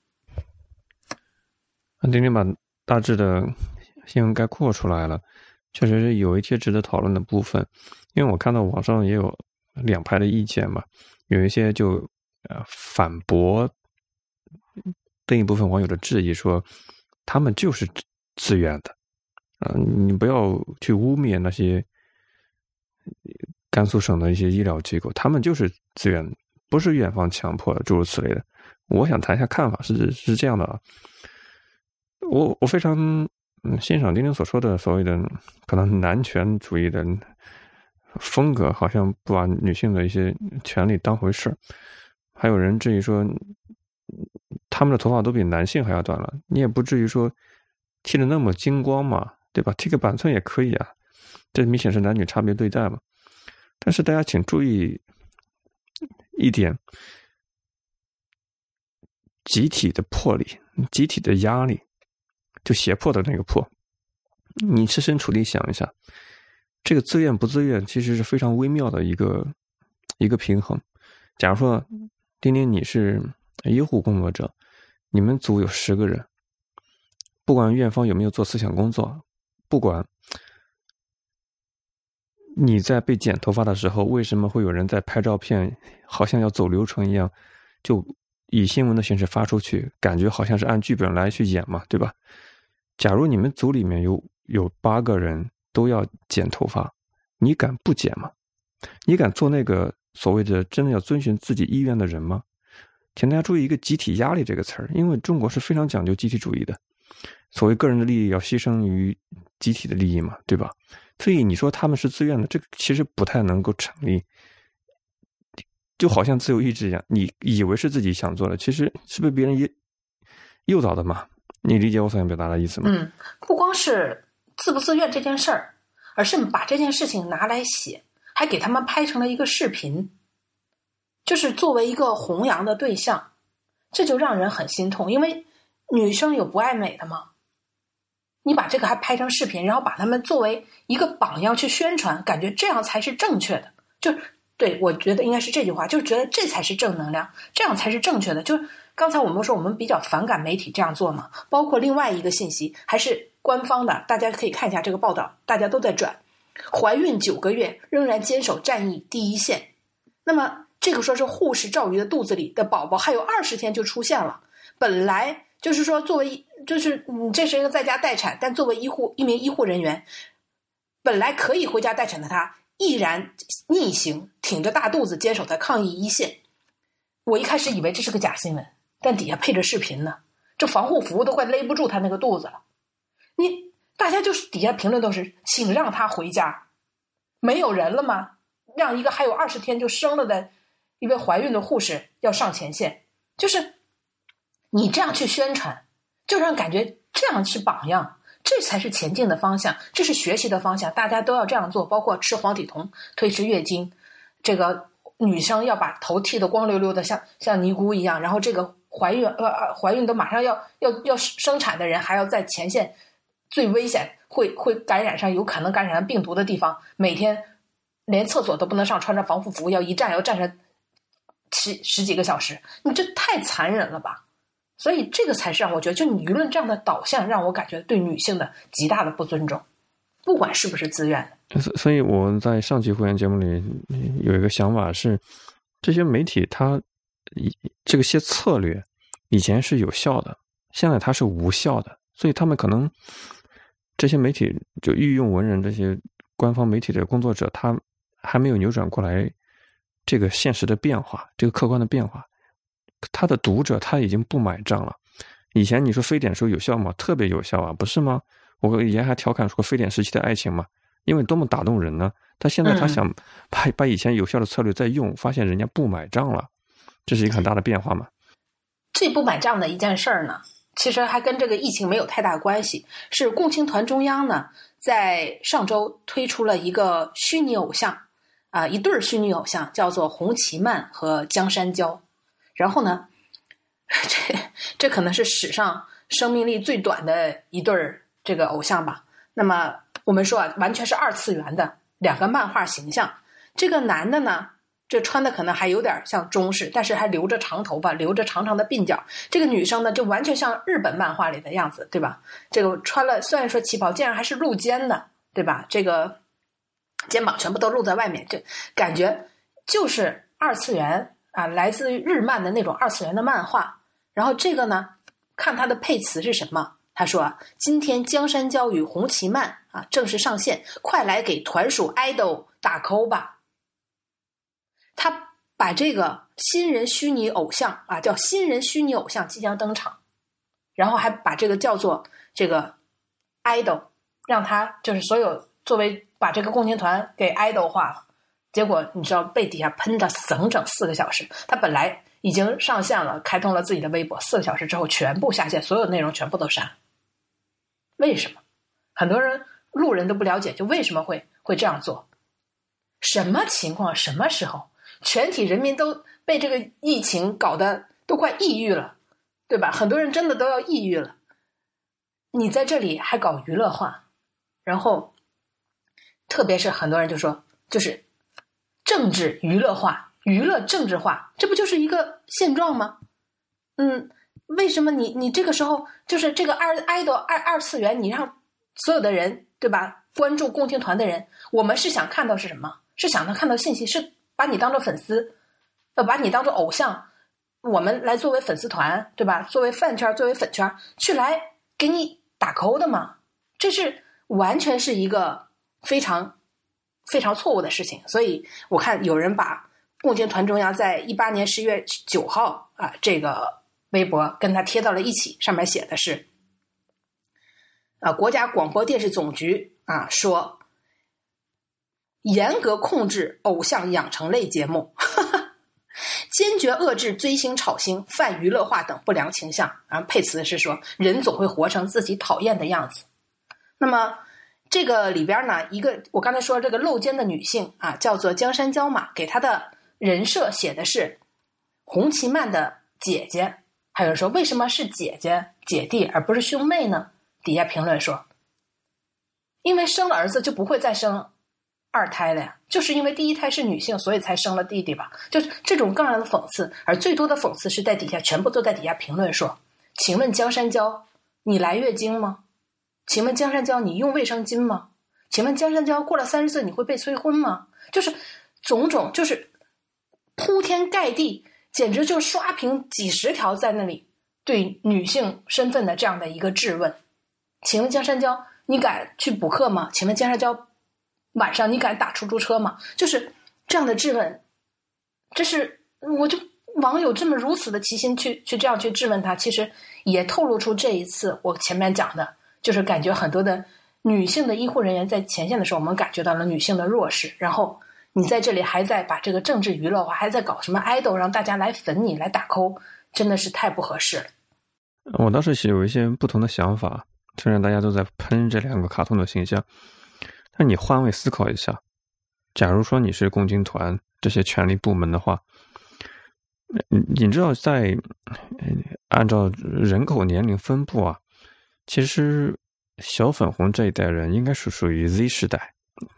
丁丁把大致的新闻概括出来了，确实是有一些值得讨论的部分。因为我看到网上也有两派的意见嘛，有一些就反驳另一部分网友的质疑，说他们就是自愿的你不要去污蔑那些甘肃省的一些医疗机构，他们就是自愿，不是院方强迫的，诸如此类的。我想谈一下看法，是这样的啊。我非常欣赏丁丁所说的所谓的可能男权主义的风格，好像不把女性的一些权利当回事。还有人质疑说他们的头发都比男性还要短了，你也不至于说剃得那么精光嘛，对吧？剃个板寸也可以啊，这明显是男女差别对待嘛。但是大家请注意一点，集体的魄力，集体的压力，就胁迫的那个迫，你设身处地想一下，这个自愿不自愿其实是非常微妙的一个平衡。假如说丁丁你是医护工作者，你们组有10个人，不管院方有没有做思想工作，不管你在被剪头发的时候为什么会有人在拍照片，好像要走流程一样，就以新闻的形式发出去，感觉好像是按剧本来去演嘛，对吧？假如你们组里面有8个人都要剪头发，你敢不剪吗？你敢做那个所谓的真的要遵循自己意愿的人吗？请大家注意一个集体压力这个词儿，因为中国是非常讲究集体主义的，所谓个人的利益要牺牲于集体的利益嘛，对吧？所以你说他们是自愿的，这个其实不太能够成立。就好像自由意志一样，你以为是自己想做的，其实是被别人诱导的嘛。你理解我所想表达的意思吗？ 不光是自不自愿这件事儿，而是把这件事情拿来写，还给他们拍成了一个视频，就是作为一个弘扬的对象，这就让人很心痛。因为女生有不爱美的吗？你把这个还拍成视频，然后把他们作为一个榜样去宣传，感觉这样才是正确的。对，我觉得应该是这句话，就是觉得这才是正能量，这样才是正确的。就是刚才我们说我们比较反感媒体这样做嘛，包括另外一个信息还是官方的，大家可以看一下这个报道，大家都在转，怀孕9个月仍然坚守战役第一线。那么这个说是护士赵瑜的肚子里的宝宝还有20天就出现了，本来就是说作为就是你这是一个在家待产，但作为一名医护人员，本来可以回家待产的他毅然逆行，挺着大肚子坚守在抗疫一线。我一开始以为这是个假新闻，但底下配着视频呢，这防护服都快勒不住他那个肚子了。大家就是底下评论都是请让他回家，没有人了吗？让一个还有20天就生了的一位怀孕的护士要上前线，就是你这样去宣传，就让人感觉这样是榜样，这才是前进的方向，这是学习的方向，大家都要这样做，包括吃黄体酮推迟月经，这个女生要把头剃得光溜溜的像尼姑一样，然后这个怀孕都马上要生产的人还要在前线最危险会感染上有可能感染上病毒的地方，每天连厕所都不能上，穿着防护服要站上十几个小时，你这太残忍了吧。所以这个才是让我觉得，就你舆论这样的导向让我感觉对女性的极大的不尊重，不管是不是自愿的。 所以我在上期会员节目里有一个想法是，这些媒体它这些策略以前是有效的，现在它是无效的，所以他们可能这些媒体就御用文人这些官方媒体的工作者，他还没有扭转过来这个现实的变化，这个客观的变化，他的读者他已经不买账了。以前你说非典时候有效吗？特别有效啊，不是吗？我以前还调侃说非典时期的爱情嘛，因为多么打动人呢。他现在他想把以前有效的策略再用，发现人家不买账了，这是一个很大的变化嘛。 最不买账的一件事儿呢，其实还跟这个疫情没有太大关系，是共青团中央呢在上周推出了一个虚拟偶像一对虚拟偶像，叫做洪其曼和江山娇。然后呢，这可能是史上生命力最短的一对这个偶像吧。那么我们说完全是2次元的2个漫画形象。这个男的呢，这穿的可能还有点像中式，但是还留着长头发，留着长长的鬓角。这个女生呢，就完全像日本漫画里的样子，对吧？这个穿了虽然说旗袍，竟然还是露肩的，对吧？这个肩膀全部都露在外面，就感觉就是2次元来自于日漫的那种2次元的漫画。然后这个呢，看它的配词是什么？他说今天江山娇与洪其曼正式上线，快来给团属 idol 打 call 吧。他把这个新人虚拟偶像叫新人虚拟偶像即将登场，然后还把这个叫做这个 idol， 让他就是所有作为把这个共青团给 idol 化了。结果你知道被底下喷的整整4个小时，他本来已经上线了，开通了自己的微博，4个小时之后全部下线，所有内容全部都删。为什么？很多人路人都不了解，就为什么会这样做？什么情况？什么时候？全体人民都被这个疫情搞得都快抑郁了，对吧？很多人真的都要抑郁了。你在这里还搞娱乐化，然后特别是很多人就说，就是政治娱乐化，娱乐政治化，这不就是一个现状吗？为什么你这个时候就是这个idol 二次元，你让所有的人，对吧？关注共青团的人，我们是想看到是什么？是想看到信息，是把你当做粉丝，把你当做偶像，我们来作为粉丝团，对吧？作为饭圈，作为粉圈，去来给你打 call 的吗？这是完全是一个非常非常错误的事情。所以我看有人把共青团中央在18年10月9号这个微博跟他贴到了一起，上面写的是国家广播电视总局说严格控制偶像养成类节目坚决遏制追星炒星泛娱乐化等不良倾向。然后配词是说人总会活成自己讨厌的样子。那么这个里边呢，一个我刚才说这个露肩的女性叫做江山娇嘛，给她的人设写的是洪其曼的姐姐。还有人说为什么是姐姐姐弟而不是兄妹呢？底下评论说因为生了儿子就不会再生2胎了呀，就是因为第1胎是女性，所以才生了弟弟吧。就是这种各样的讽刺，而最多的讽刺是在底下全部都在底下评论说请问江山娇你来月经吗？请问江山娇你用卫生巾吗？请问江山娇过了30岁你会被催婚吗？就是种种，就是铺天盖地，简直就刷屏几10条在那里对女性身份的这样的一个质问。请问江山娇，你敢去补课吗？请问江山娇，晚上你敢打出租车吗？就是这样的质问，这是我就网友这么如此的齐心去这样去质问他，其实也透露出这一次我前面讲的，就是感觉很多的女性的医护人员在前线的时候，我们感觉到了女性的弱势，然后你在这里还在把这个政治娱乐化，还在搞什么爱豆，让大家来粉你来打 call， 真的是太不合适了。 我倒是有一些不同的想法，虽然大家都在喷这两个卡通的形象，但你换位思考一下，假如说你是共青团这些权力部门的话，你知道在按照人口年龄分布啊，其实小粉红这一代人应该是属于 Z 世代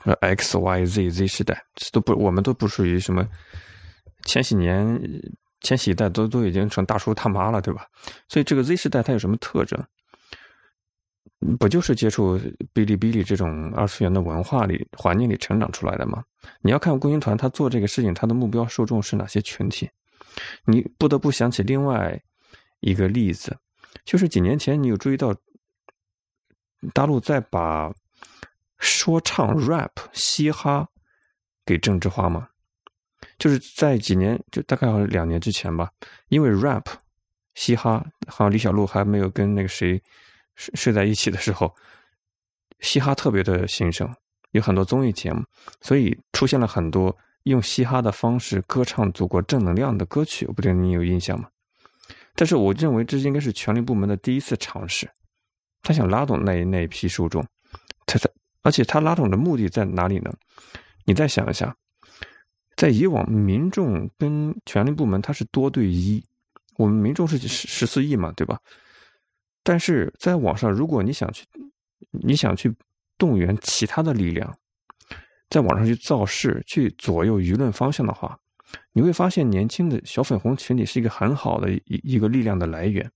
，X Y Z 世代，我们都不属于什么千禧一代都已经成大叔大妈了，对吧？所以这个 Z 世代它有什么特征？不就是接触哔哩哔哩这种二次元的文化环境里成长出来的吗？你要看共青团他做这个事情，他的目标受众是哪些群体？你不得不想起另外一个例子，就是几年前你有注意到大陆在把说唱 rap 嘻哈给政治化吗？就是在几年，就大概2年之前吧，因为 rap 嘻哈好像李小璐还没有跟那个谁睡在一起的时候，嘻哈特别的兴盛，有很多综艺节目，所以出现了很多用嘻哈的方式歌唱祖国正能量的歌曲，我不知道你有印象吗？但是我认为这应该是权力部门的第一次尝试，他想拉动那一批受众，而且他拉动的目的在哪里呢？你再想一下，在以往民众跟权力部门它是多对1，我们民众是14亿嘛，对吧？但是在网上，如果你想去动员其他的力量，在网上去造势，去左右舆论方向的话，你会发现年轻的小粉红群体是一个很好的一个力量的来源，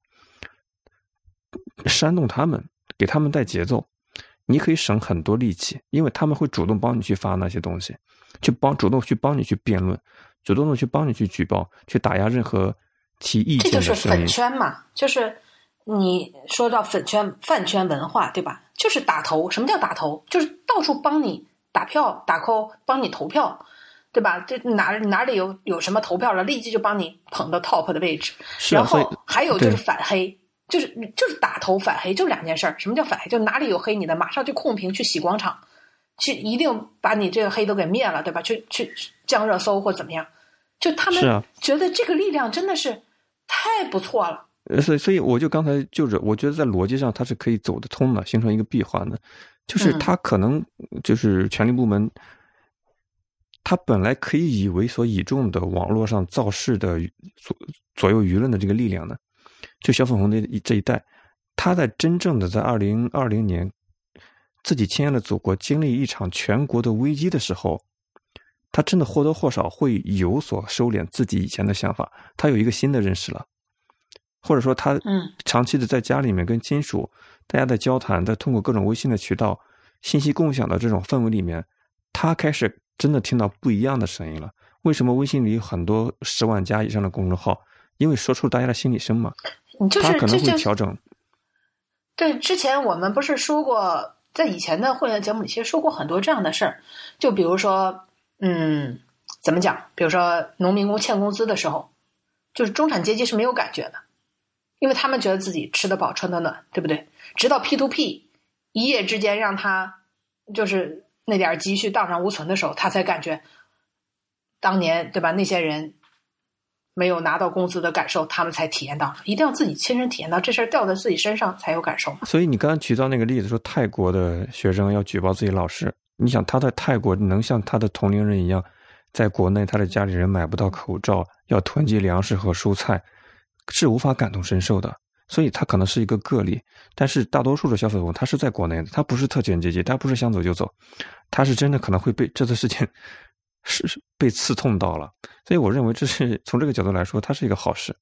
煽动他们，给他们带节奏，你可以省很多力气，因为他们会主动帮你去发那些东西，主动去帮你去辩论，主动的去帮你去举报，去打压任何提意见的声音。 这就是粉圈嘛，就是你说到粉圈饭圈文化，对吧？就是打头。什么叫打头？就是到处帮你打票打 call， 帮你投票，对吧？这哪里有什么投票了，立即就帮你捧到 top 的位置。然后还有就是反黑，就是打头反黑，就2件事儿。什么叫反黑？就哪里有黑你的，马上去控评，去洗广场，去一定把你这个黑都给灭了，对吧？去降热搜或怎么样？就他们觉得这个力量真的是太不错了。 所以我就刚才我觉得在逻辑上它是可以走得通的，形成一个闭环的，就是他可能就是权力部门，他本来可以以为所倚重的网络上造势的左右舆论的这个力量呢，就小粉红的这一代，他在真正的在2020年自己亲爱的祖国经历一场全国的危机的时候，他真的或多或少会有所收敛自己以前的想法，他有一个新的认识了。或者说他长期的在家里面跟亲属大家在交谈，在通过各种微信的渠道信息共享的这种氛围里面，他开始真的听到不一样的声音了。为什么微信里有很多10万加以上的公众号？因为说出大家的心理声嘛，他可能会调整。 对，之前我们不是说过，在以前的会员节目里其实说过很多这样的事儿，就比如说怎么讲，比如说农民工欠工资的时候，就是中产阶级是没有感觉的，因为他们觉得自己吃得饱穿得暖，对不对？直到 P2P 一夜之间让他就是那点积蓄荡然无存的时候，他才感觉当年，对吧？那些人没有拿到工资的感受，他们才体验到了。一定要自己亲身体验到这事儿，掉在自己身上才有感受嘛。 所以你刚刚举到那个例子，说泰国的学生要举报自己老师，你想他在泰国能像他的同龄人一样，在国内他的家里人买不到口罩，要囤积粮食和蔬菜，是无法感同身受的。所以他可能是一个个例，但是大多数的小粉红他是在国内的，他不是特权阶级，他不是想走就走，他是真的可能会被这次事件是被刺痛到了。所以我认为这是从这个角度来说，它是一个好事。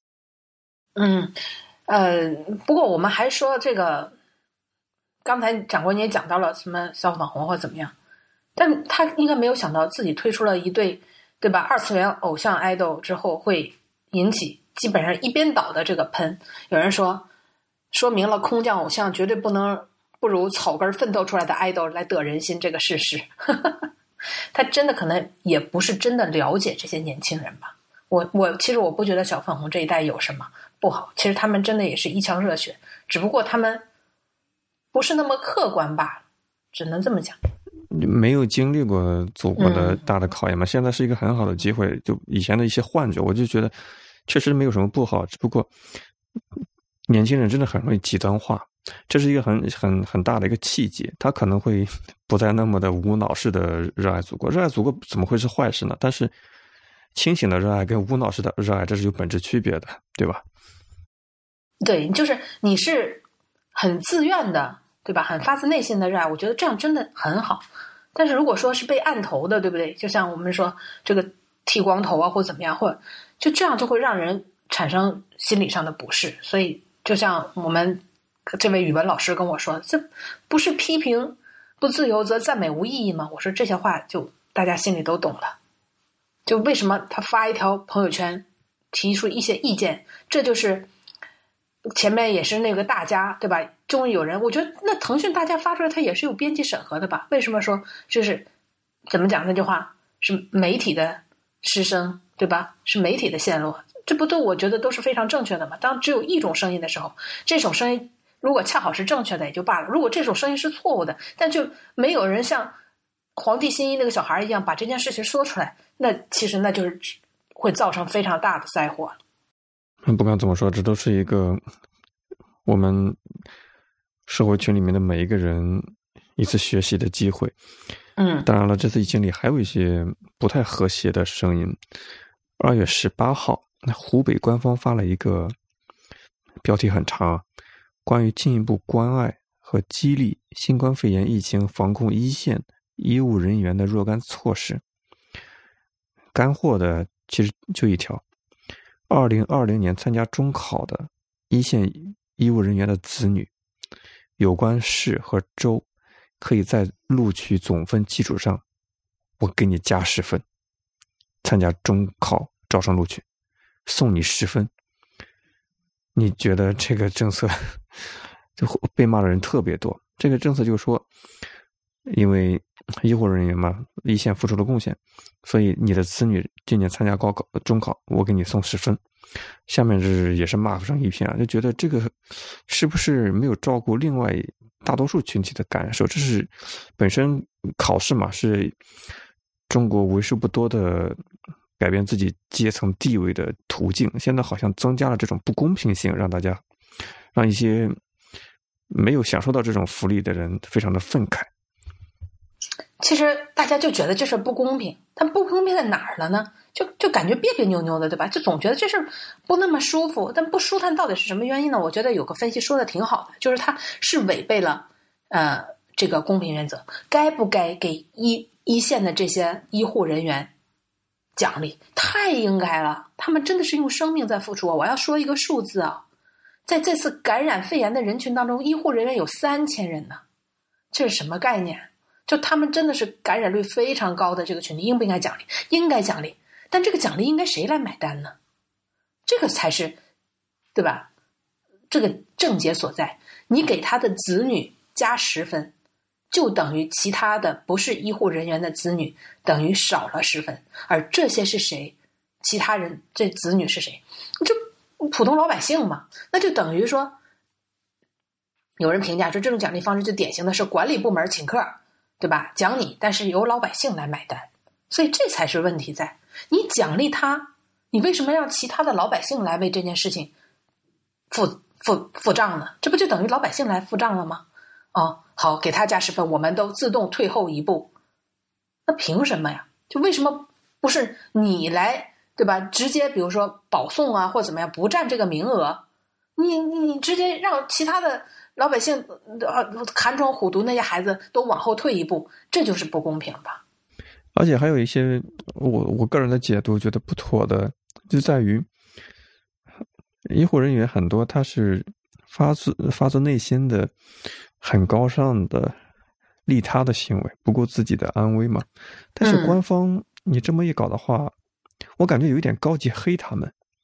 不过我们还说这个，刚才长官你也讲到了什么小粉红或怎么样，但他应该没有想到自己推出了一对，对吧？二次元偶像 idol 之后会引起基本上一边倒的这个喷。有人说明了空降偶像绝对不如草根奋斗出来的爱豆来得人心这个事实。他真的可能也不是真的了解这些年轻人吧。其实我不觉得小粉红这一代有什么不好，其实他们真的也是一腔热血，只不过他们不是那么客观罢了，只能这么讲。 没有经历过祖国的大的考验嘛，现在是一个很好的机会。就以前的一些幻觉，我就觉得确实没有什么不好，只不过年轻人真的很容易极端化，这是一个很大的一个契机，他可能会不再那么的无脑式的热爱祖国。热爱祖国怎么会是坏事呢？但是清醒的热爱跟无脑式的热爱这是有本质区别的，对吧？ 对，就是你是很自愿的，对吧？很发自内心的热爱，我觉得这样真的很好。但是如果说是被按头的，对不对？就像我们说这个剃光头啊，或怎么样，或者就这样就会让人产生心理上的不适。所以就像我们这位语文老师跟我说，这不是批评不自由则赞美无意义吗？我说这些话就大家心里都懂了。就为什么他发一条朋友圈提出一些意见，这就是前面也是那个大家，对吧？终于有人，我觉得那腾讯大家发出来，它也是有编辑审核的吧？为什么说就是怎么讲那句话是媒体的失声，对吧？是媒体的陷落，这不都我觉得都是非常正确的嘛？当只有一种声音的时候，这种声音如果恰好是正确的也就罢了，如果这种声音是错误的，但就没有人像皇帝新衣那个小孩一样把这件事情说出来，那其实那就是会造成非常大的灾祸。 不管怎么说，这都是一个我们社会群里面的每一个人一次学习的机会。当然了，这次疫情里还有一些不太和谐的声音。2月18号，湖北官方发了一个标题很长，关于进一步关爱和激励新冠肺炎疫情防控一线医务人员的若干措施。干货的其实就一条，2020年参加中考的一线医务人员的子女，有关市和州可以在录取总分基础上，我给你加10分，参加中考招生录取，送你10分。你觉得这个政策就被骂的人特别多。这个政策就是说，因为医护人员嘛，一线付出了贡献，所以你的子女今年参加高考、中考，我给你送10分。下面也是骂声一片啊，就觉得这个是不是没有照顾另外大多数群体的感受？这是本身考试嘛，是中国为数不多的改变自己阶层地位的途径，现在好像增加了这种不公平性，让一些没有享受到这种福利的人非常的愤慨。 其实大家就觉得这事不公平，但不公平在哪儿了呢？就感觉别别扭扭的，对吧？就总觉得这事不那么舒服，但不舒坦到底是什么原因呢？我觉得有个分析说的挺好的，就是它是违背了这个公平原则。该不该给一线的这些医护人员奖励？太应该了，他们真的是用生命在付出啊！我要说一个数字啊，在这次感染肺炎的人群当中，医护人员有3000人呢，这是什么概念？就他们真的是感染率非常高的这个群体，应不应该奖励？应该奖励，但这个奖励应该谁来买单呢？这个才是，对吧？这个症结所在。你给他的子女加10分，就等于其他的不是医护人员的子女等于少了10分，而这些是谁？其他人这子女是谁？就普通老百姓嘛，那就等于说，有人评价说这种奖励方式就典型的是管理部门请客，对吧？奖你，但是由老百姓来买单，所以这才是问题在。你奖励他，你为什么让其他的老百姓来为这件事情付账呢？这不就等于老百姓来付账了吗？好，给他加10分，我们都自动退后一步。那凭什么呀？就为什么不是你来，对吧？直接比如说保送啊，或怎么样，不占这个名额，你直接让其他的老百姓寒窗苦读那些孩子都往后退一步，这就是不公平吧？ 而且还有一些我个人的解读觉得不妥的，就在于医护人员很多他是发自内心的很高尚的利他的行为，不顾自己的安危嘛。但是官方你这么一搞的话，我感觉有一点高级黑他们。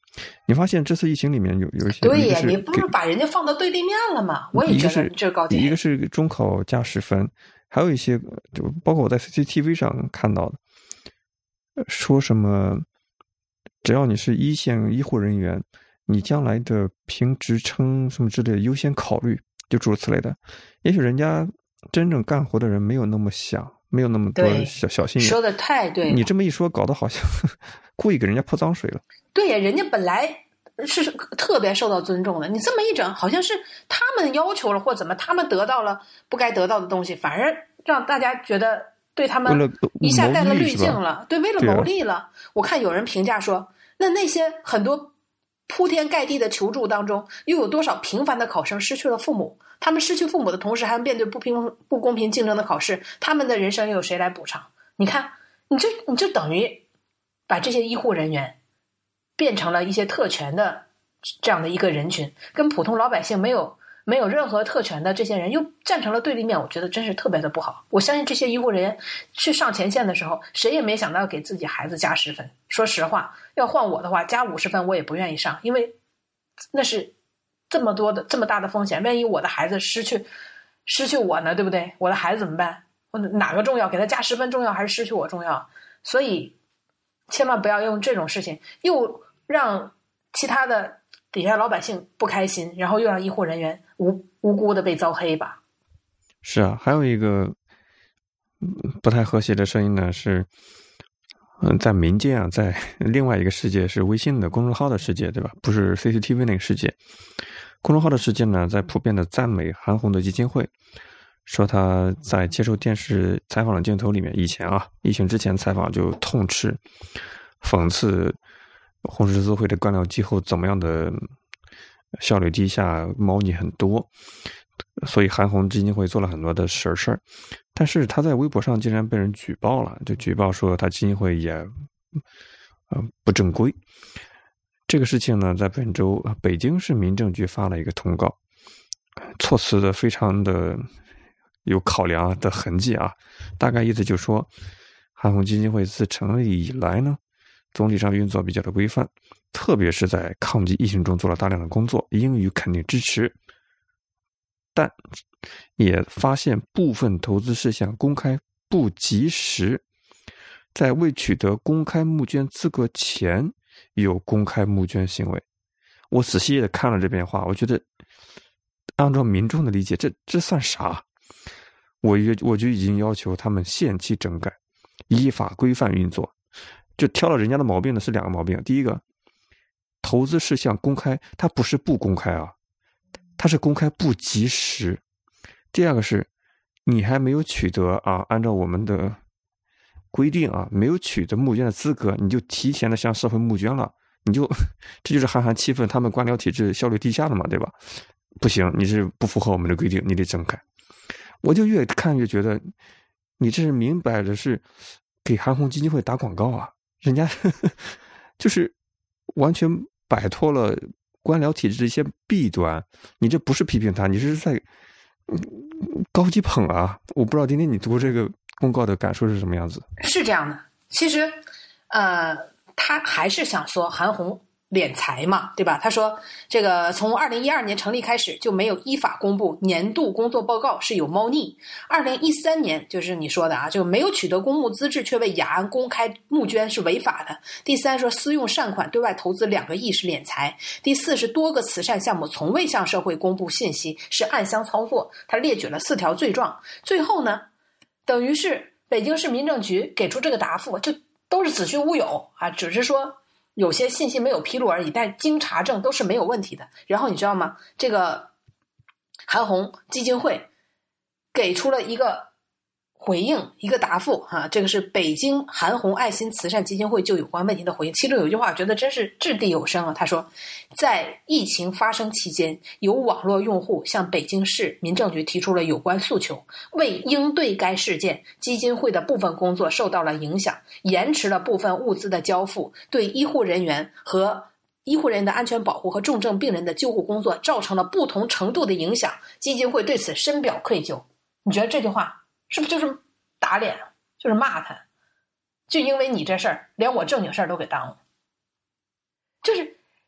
你发现这次疫情里面有一些， 对呀，你不是把人家放到对立面了吗？我也觉得这高点。 一个是中考加10分，还有一些就包括我在 CCTV 上看到的，说什么只要你是一线医护人员，你将来的评职称什么之类的优先考虑，就诸如此类的。也许人家真正干活的人没有那么想，没有那么多小心眼。 说的太对了， 你这么一说，搞得好像故意给人家泼脏水了。 对呀，人家本来是特别受到尊重的，你这么一整，好像是他们要求了或怎么，他们得到了不该得到的东西，反而让大家觉得对他们一下带了滤镜了。对，为了谋利了。我看有人评价说，那些很多铺天盖地的求助当中，又有多少平凡的考生失去了父母？他们失去父母的同时，还面对不公平竞争的考试，他们的人生又有谁来补偿？你看，你就等于把这些医护人员变成了一些特权的这样的一个人群，跟普通老百姓没有任何特权的这些人又站成了对立面，我觉得真是特别的不好。我相信这些医护人员去上前线的时候，谁也没想到要给自己孩子加10分。说实话，要换我的话，加50分我也不愿意上，因为那是这么大的风险。万一我的孩子失去我呢，对不对？我的孩子怎么办？我哪个重要？给他加10分重要，还是失去我重要？所以千万不要用这种事情又让其他的底下老百姓不开心，然后又让医护人员无辜的被遭黑吧。 是啊，还有一个不太和谐的声音呢，是在民间啊，在另外一个世界，是微信的公众号的世界，对吧？不是 CCTV 那个世界。公众号的世界呢，在普遍的赞美韩红的基金会，说他在接受电视采访的镜头里面，以前啊，疫情之前采访就痛斥、讽刺红十字会的官僚机构怎么样的效率低下、猫腻很多，所以韩红基金会做了很多的事儿。但是他在微博上竟然被人举报了，就举报说他基金会也不正规。这个事情呢，在本周北京市民政局发了一个通告，措辞的非常的有考量的痕迹啊，大概意思就是说，韩红基金会自成立以来呢，总体上运作比较的规范，特别是在抗击疫情中做了大量的工作，应予肯定支持。但也发现部分投资事项公开不及时，在未取得公开募捐资格前有公开募捐行为。我仔细的看了这篇话，我觉得按照民众的理解，这算啥？我就已经要求他们限期整改，依法规范运作。就挑了人家的毛病呢，是2个毛病。第一个，投资事项公开，它不是不公开啊，它是公开不及时。第二个是，你还没有取得啊，按照我们的规定啊，没有取得募捐的资格，你就提前的向社会募捐了，这就是韩寒气愤他们官僚体制效率低下了嘛，对吧？不行，你是不符合我们的规定，你得整改。我就越看越觉得，你这是明摆着是给韩红基金会打广告啊！人家就是完全摆脱了官僚体制的一些弊端，你这不是批评他，你是在高级捧啊！我不知道丁丁你读这个公告的感受是什么样子？ 是这样的，其实他还是想说韩红敛财嘛，对吧？他说这个从2012年成立开始就没有依法公布年度工作报告，是有猫腻。2013年就是你说的啊，就没有取得公募资质却为雅安公开募捐是违法的。第3说私用善款对外投资2个亿是敛财。第4是多个慈善项目从未向社会公布信息，是暗箱操作。他列举了4条罪状。最后呢，等于是北京市民政局给出这个答复，就都是子虚乌有啊，只是说有些信息没有披露而已，但经查证都是没有问题的。然后你知道吗？这个韩红基金会给出了一个回应，一个答复啊，这个是北京韩红爱心慈善基金会就有关问题的回应。其中有一句话我觉得真是掷地有声啊，他说在疫情发生期间，有网络用户向北京市民政局提出了有关诉求，为应对该事件，基金会的部分工作受到了影响，延迟了部分物资的交付，对医护人员的安全保护和重症病人的救护工作造成了不同程度的影响，基金会对此深表愧疚。你觉得这句话是不是就是打脸，就是骂他？就因为你这事儿，连我正经事儿都给耽误。就是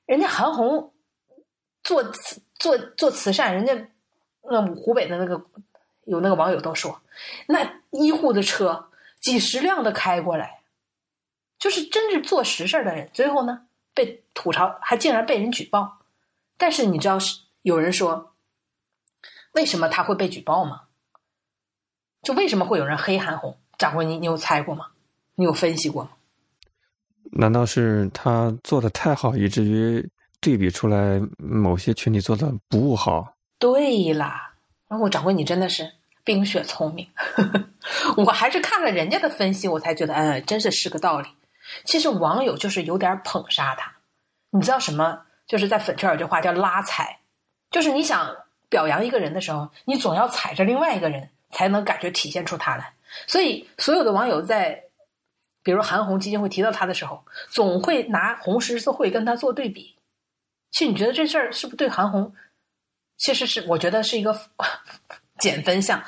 人家韩红做慈善，人家那湖北的那个有那个网友都说，那医护的车几十辆的开过来，就是真是做实事的人，最后呢被吐槽，还竟然被人举报。但是你知道有人说为什么他会被举报吗？就为什么会有人黑韩红？掌柜，你有猜过吗？你有分析过吗？ 难道是他做的太好，以至于对比出来某些群体做的不好？ 对啦，然后掌柜你真的是冰雪聪明我还是看了人家的分析，我才觉得真是个道理。其实网友就是有点捧杀他，你知道什么？就是在粉圈有句话叫拉踩，就是你想表扬一个人的时候，你总要踩着另外一个人才能感觉体现出他来。所以所有的网友在比如韩红基金会提到他的时候，总会拿红十字会跟他做对比。其实你觉得这事儿是不是对韩红其实是我觉得是一个减分项？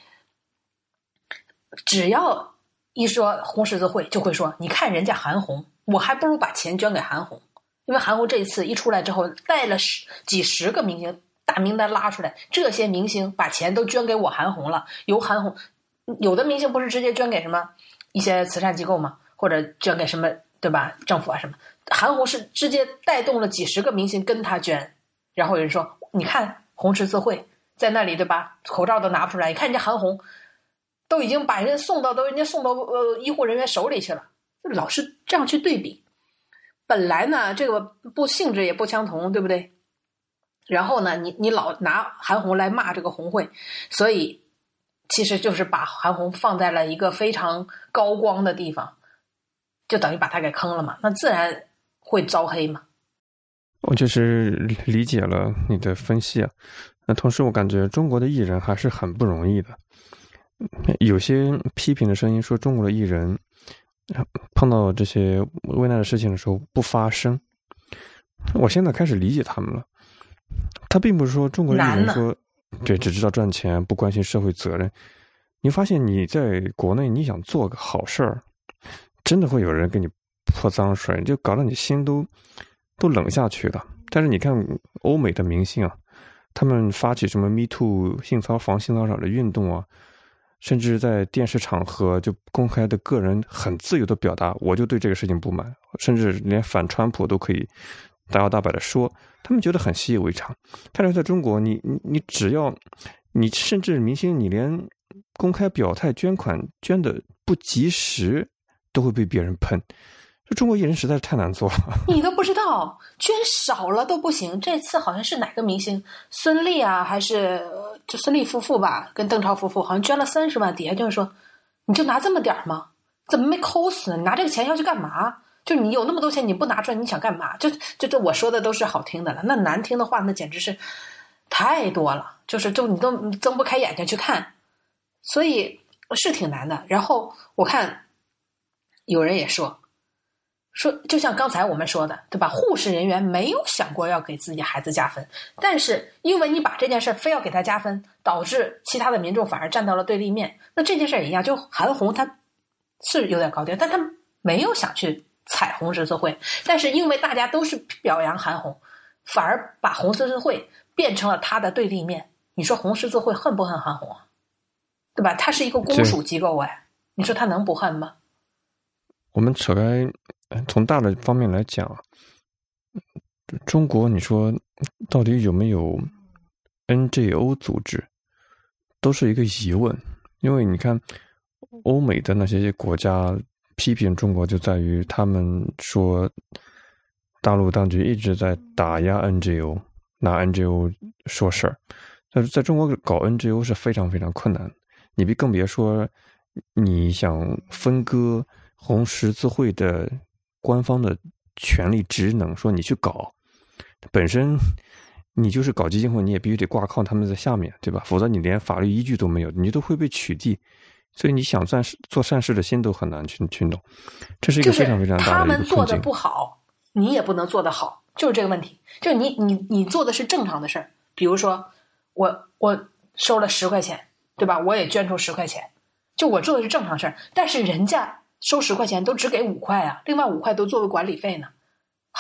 只要一说红十字会就会说，你看人家韩红，我还不如把钱捐给韩红。因为韩红这一次一出来之后带了几十个明星，大名单拉出来，这些明星把钱都捐给我韩红了。由韩红有的明星不是直接捐给什么一些慈善机构吗？或者捐给什么对吧政府啊什么，韩红是直接带动了几十个明星跟他捐。然后有人说你看红十字会在那里对吧，口罩都拿不出来，你看人家韩红都已经把人送到医护人员手里去了，就老是这样去对比。本来呢这个不性质也不相同，对不对？然后呢你老拿韩红来骂这个红会，所以其实就是把韩红放在了一个非常高光的地方，就等于把他给坑了嘛，那自然会遭黑嘛。 我就是理解了你的分析啊，那同时我感觉中国的艺人还是很不容易的。有些批评的声音说中国的艺人碰到这些危难的事情的时候不发声，我现在开始理解他们了。他并不是说中国艺人说对只知道赚钱不关心社会责任，你发现你在国内你想做个好事儿，真的会有人给你泼脏水，就搞得你心都冷下去的。但是你看欧美的明星啊，他们发起什么 Me Too 防性骚扰的运动啊，甚至在电视场合就公开的个人很自由的表达，我就对这个事情不满，甚至连反川普都可以大摇大摆的说，他们觉得很习以为常。但是在中国，你只要你甚至明星你连公开表态捐款捐的不及时，都会被别人喷。这中国艺人实在是太难做了， 你都不知道，捐少了都不行。这次好像是哪个明星，孙俪啊，还是就孙俪夫妇吧，跟邓超夫妇好像捐了30万，底下就是说，你就拿这么点吗？怎么没抠死呢？你拿这个钱要去干嘛？就你有那么多钱，你不拿出来，你想干嘛？就我说的都是好听的了，那难听的话，那简直是太多了，就你都睁不开眼睛去看，所以是挺难的。然后我看有人也说，就像刚才我们说的，对吧？护士人员没有想过要给自己孩子加分，但是因为你把这件事非要给他加分，导致其他的民众反而站到了对立面。那这件事也一样，就韩红他是有点高调，但他没有想去踩红十字会，但是因为大家都是表扬韩红，反而把红十字会变成了他的对立面。你说红十字会恨不恨韩红啊？对吧？他是一个公属机构你说他能不恨吗？ 我们扯开从大的方面来讲，中国你说到底有没有 NGO 组织，都是一个疑问。因为你看欧美的那些国家批评中国，就在于他们说大陆当局一直在打压 NGO， 拿 NGO 说事儿。但是在中国搞 NGO 是非常非常困难，你更别说你想分割红十字会的官方的权力职能，说你去搞，本身你就是搞基金会，你也必须得挂靠他们在下面，对吧？否则你连法律依据都没有，你都会被取缔。所以你想做善事的心都很难去弄，这是一个非常非常大的一个困境。 他们做的不好，你也不能做得好，就是这个问题。就你做的是正常的事儿，比如说我收了10块钱，对吧？我也捐出10块钱，就我做的是正常事儿，但是人家收10块钱都只给5块啊，另外5块都作为管理费呢。好，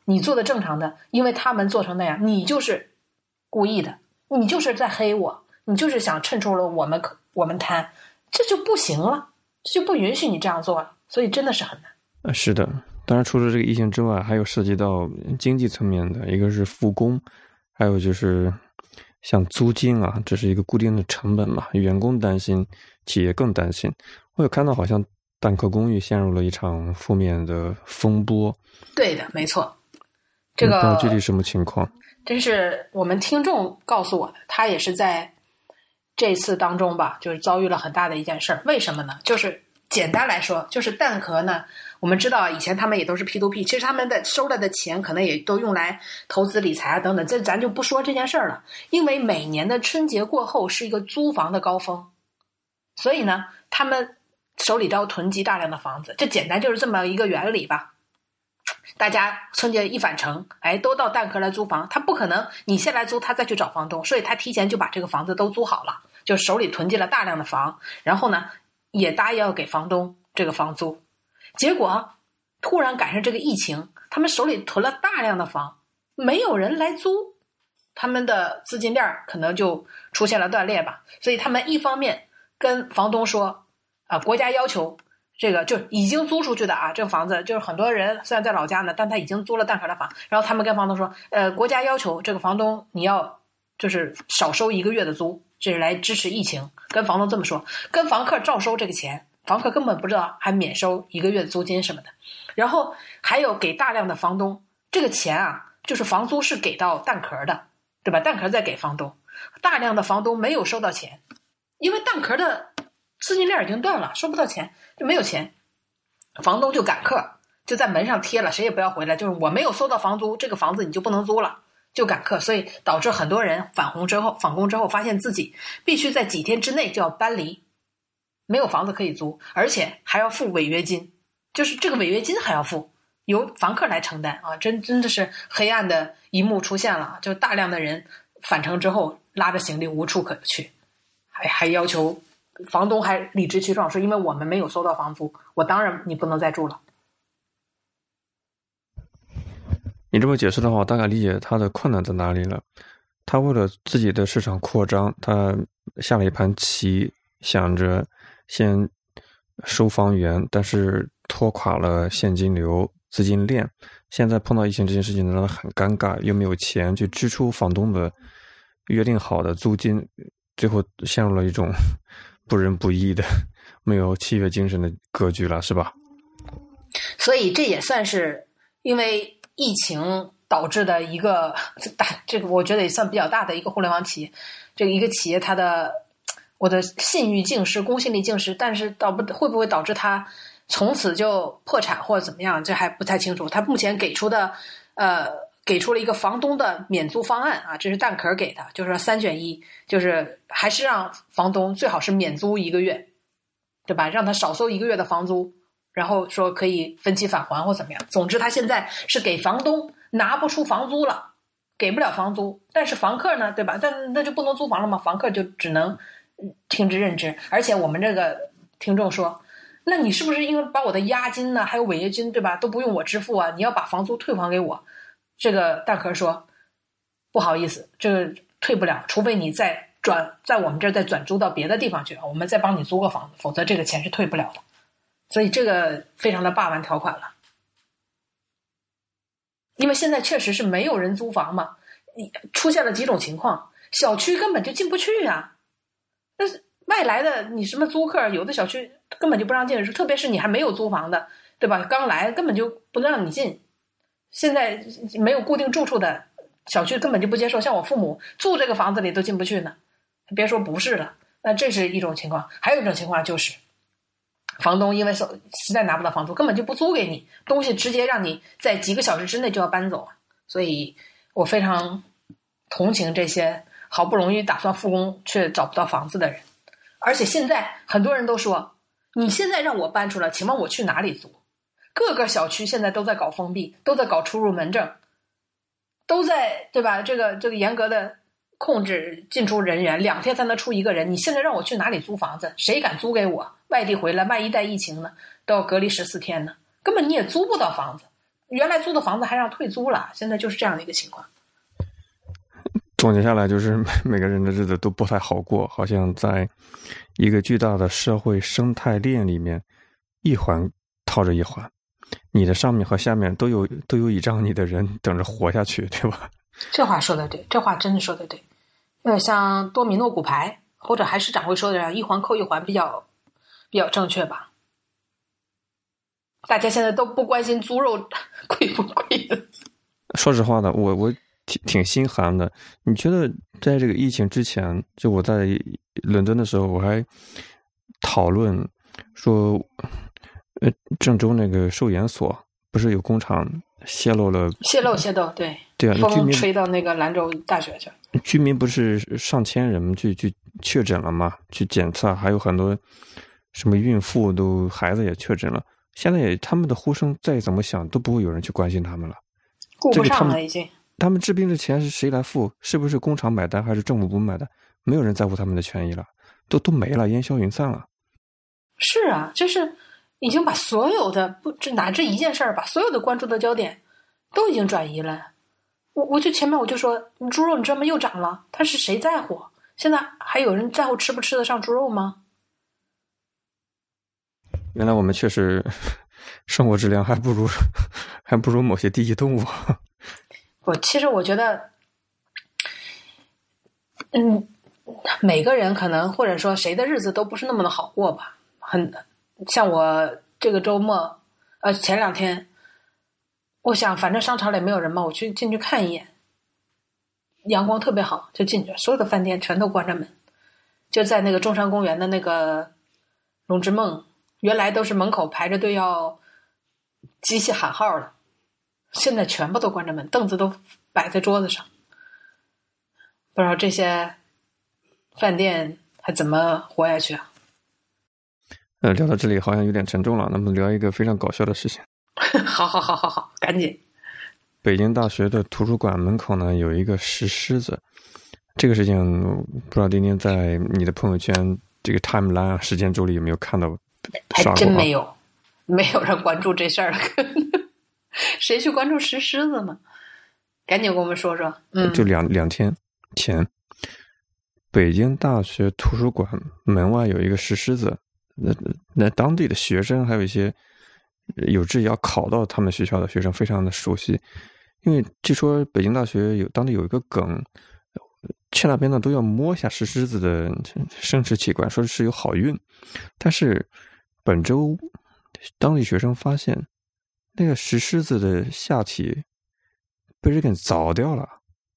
你做的正常的，因为他们做成那样，你就是故意的，你就是在黑我，你就是想衬出了我们贪，这就不行了，这就不允许你这样做了，所以真的是很难。 是的，当然除了这个疫情之外，还有涉及到经济层面的，一个是复工，还有就是像租金啊，这是一个固定的成本嘛，员工担心，企业更担心。我有看到好像蛋壳公寓陷入了一场负面的风波。 对的，没错。这个不知道具体什么情况？ 这是我们听众告诉我的，他也是在这次当中吧，就是遭遇了很大的一件事儿。为什么呢？就是简单来说，就是蛋壳呢，我们知道以前他们也都是 P2P， 其实他们的收来的钱可能也都用来投资理财啊等等，这咱就不说这件事儿了。因为每年的春节过后是一个租房的高峰，所以呢，他们手里都要囤积大量的房子，这简单就是这么一个原理吧。大家春节一返程，都到蛋壳来租房，他不可能你先来租，他再去找房东，所以他提前就把这个房子都租好了，就手里囤积了大量的房，然后呢，也答应要给房东这个房租。结果突然赶上这个疫情，他们手里囤了大量的房，没有人来租，他们的资金链可能就出现了断裂吧。所以他们一方面跟房东说，国家要求这个就已经租出去的啊，这个房子就是很多人虽然在老家呢，但他已经租了蛋壳的房，然后他们跟房东说，国家要求这个房东你要就是少收1个月的租，这是来支持疫情，跟房东这么说，跟房客照收这个钱，房客根本不知道还免收1个月的租金什么的。然后还有给大量的房东，这个钱啊，就是房租是给到蛋壳的，对吧？蛋壳再给房东，大量的房东没有收到钱，因为蛋壳的资金链已经断了，收不到钱，就没有钱，房东就赶客，就在门上贴了，谁也不要回来，就是我没有收到房租，这个房子你就不能租了，就赶客。所以导致很多人返工之后发现自己必须在几天之内就要搬离，没有房子可以租，而且还要付违约金，就是这个违约金还要付，由房客来承担啊！真的是黑暗的一幕出现了，就大量的人返程之后拉着行李无处可去，还要求房东还理直气壮说，因为我们没有收到房租，我当然你不能再住了。 你这么解释的话，我大概理解他的困难在哪里了。他为了自己的市场扩张，他下了一盘棋，想着先收房源，但是拖垮了现金流、资金链。现在碰到疫情这件事情让他很尴尬，又没有钱去支出房东的约定好的租金，最后陷入了一种不仁不义的、没有契约精神的格局了，是吧？ 所以这也算是因为疫情导致的一个这个我觉得也算比较大的一个互联网企业，这个一个企业它的我的信誉尽失，公信力尽失，但是会不会导致它从此就破产或者怎么样，这还不太清楚。它目前给出了一个房东的免租方案啊，这是蛋壳给的，就是说3选1，就是还是让房东最好是免租1个月，对吧？让他少收1个月的房租，然后说可以分期返还或怎么样。总之他现在是给房东拿不出房租了，给不了房租，但是房客呢，对吧？但那就不能租房了吗？房客就只能听之任之。而且我们这个听众说，那你是不是因为把我的押金呢，还有违约金，对吧，都不用我支付啊？你要把房租退还给我？这个蛋壳说，不好意思，这个退不了，除非你在我们这儿再转租到别的地方去，我们再帮你租个房子，否则这个钱是退不了的。所以这个非常的霸王条款了。因为现在确实是没有人租房嘛，出现了几种情况，小区根本就进不去啊。那外来的你什么租客，有的小区根本就不让进，特别是你还没有租房的，对吧？刚来根本就不能让你进。现在没有固定住处的小区根本就不接受，像我父母住这个房子里都进不去呢，别说不是了。那这是一种情况，还有一种情况就是房东因为实在拿不到房租，根本就不租给你，东西直接让你在几个小时之内就要搬走。所以我非常同情这些好不容易打算复工却找不到房子的人。而且现在很多人都说，你现在让我搬出来，请问我去哪里租？各个小区现在都在搞封闭，都在搞出入门证，都在，对吧？这个严格的控制进出人员，2天才能出1个人。你现在让我去哪里租房子？谁敢租给我？外地回来，万一带疫情呢，都要隔离14天呢，根本你也租不到房子。 原来租的房子还让退租了，现在就是这样的一个情况。 总结下来就是每个人的日子都不太好过，好像在一个巨大的社会生态链里面，一环套着一环，你的上面和下面都有倚仗你的人等着活下去，对吧？ 这话说的对，这话真的说的对。像多米诺骨牌，或者还是掌柜说的，一环扣一环比较正确吧。大家现在都不关心猪肉贵不贵的。 说实话的，我挺心寒的。你觉得在这个疫情之前，就我在伦敦的时候，我还讨论说，郑州那个寿研所不是有工厂泄漏，对对啊， 风吹到那个兰州大学去， 居民不是上千人去确诊了嘛，去检测，还有很多什么孕妇孩子也确诊了。现在他们的呼声再怎么响都不会有人去关心他们了， 顾不上了已经。 他们治病的钱是谁来付？是不是工厂买单还是政府不买单？没有人在乎他们的权益了，都没了，烟消云散了。 是啊，就是已经把所有的哪这一件事儿，把所有的关注的焦点都已经转移了。我就前面我就说，猪肉你知道吗？又涨了，他是谁在乎？现在还有人在乎吃不吃得上猪肉吗？ 原来我们确实生活质量还不如某些低级动物。 其实我觉得，每个人可能或者说谁的日子都不是那么的好过吧。像我这个周末，前2天，我想反正商场里没有人嘛，我进去看一眼，阳光特别好，就进去，所有的饭店全都关着门，就在那个中山公园的那个龙之梦，原来都是门口排着队要机器喊号了。现在全部都关着门，凳子都摆在桌子上，不知道这些饭店还怎么活下去啊？ 聊到这里好像有点沉重了，那么聊一个非常搞笑的事情。 好，赶紧。 北京大学的图书馆门口呢有一个石狮子，这个事情不知道丁丁在你的朋友圈这个 timeline 时间轴里有没有看到？ 还真没有，没有人关注这事儿了。谁去关注石狮子呢？赶紧跟我们说说。 就两天前，北京大学图书馆门外有一个石狮子，那当地的学生还有一些有志要考到他们学校的学生非常的熟悉，因为据说北京大学当地有一个梗，去那边呢都要摸一下石狮子的生殖器官，说是有好运。但是本周当地学生发现，那个石狮子的下体被人给凿掉了，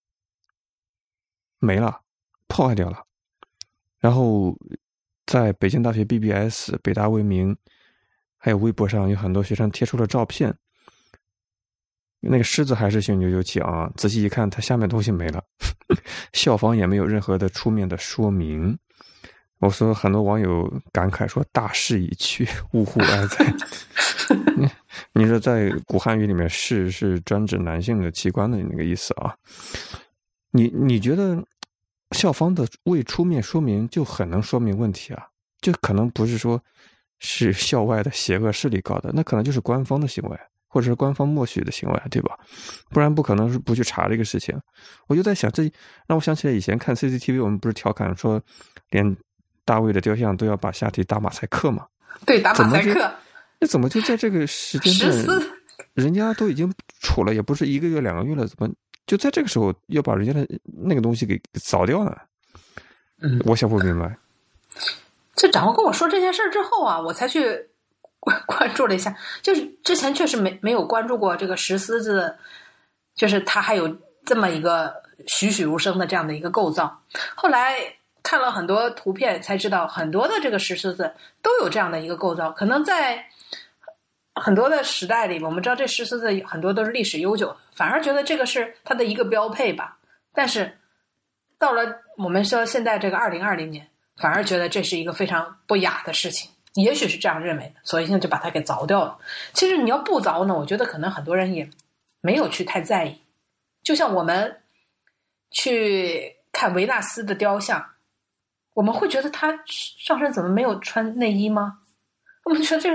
没了，破坏掉了。然后在北京大学 BBS、北大为名还有微博上有很多学生贴出了照片，那个狮子还是雄赳赳气昂，仔细一看它下面东西没了。校方也没有任何的出面的说明。我说很多网友感慨说大势已去，呜呼哀哉。你说在古汉语里面是专指男性的器官的那个意思啊。你觉得校方的未出面说明就很能说明问题啊？就可能不是说是校外的邪恶势力搞的，那可能就是官方的行为，或者是官方默许的行为，对吧？不然不可能是不去查这个事情。我就在想，这让我想起来以前看 CCTV 我们不是调侃说连大卫的雕像都要把下体打马赛克吗？ 对，打马赛克。 那怎么就在这个时间段，人家都已经处了也不是1个月2个月了，怎么就在这个时候要把人家的那个东西给凿掉呢？我想不明白。 这长官跟我说这件事之后啊，我才去关注了一下，就是之前确实没有关注过这个石狮子，就是它还有这么一个栩栩如生的这样的一个构造。后来看了很多图片才知道，很多的这个石狮子都有这样的一个构造。可能在很多的时代里，我们知道这石狮子很多都是历史悠久的，反而觉得这个是它的一个标配吧。但是到了我们说现在这个2020年，反而觉得这是一个非常不雅的事情，也许是这样认为的，所以就把它给凿掉了。其实你要不凿呢，我觉得可能很多人也没有去太在意。就像我们去看维纳斯的雕像，我们会觉得他上身怎么没有穿内衣吗？我们觉得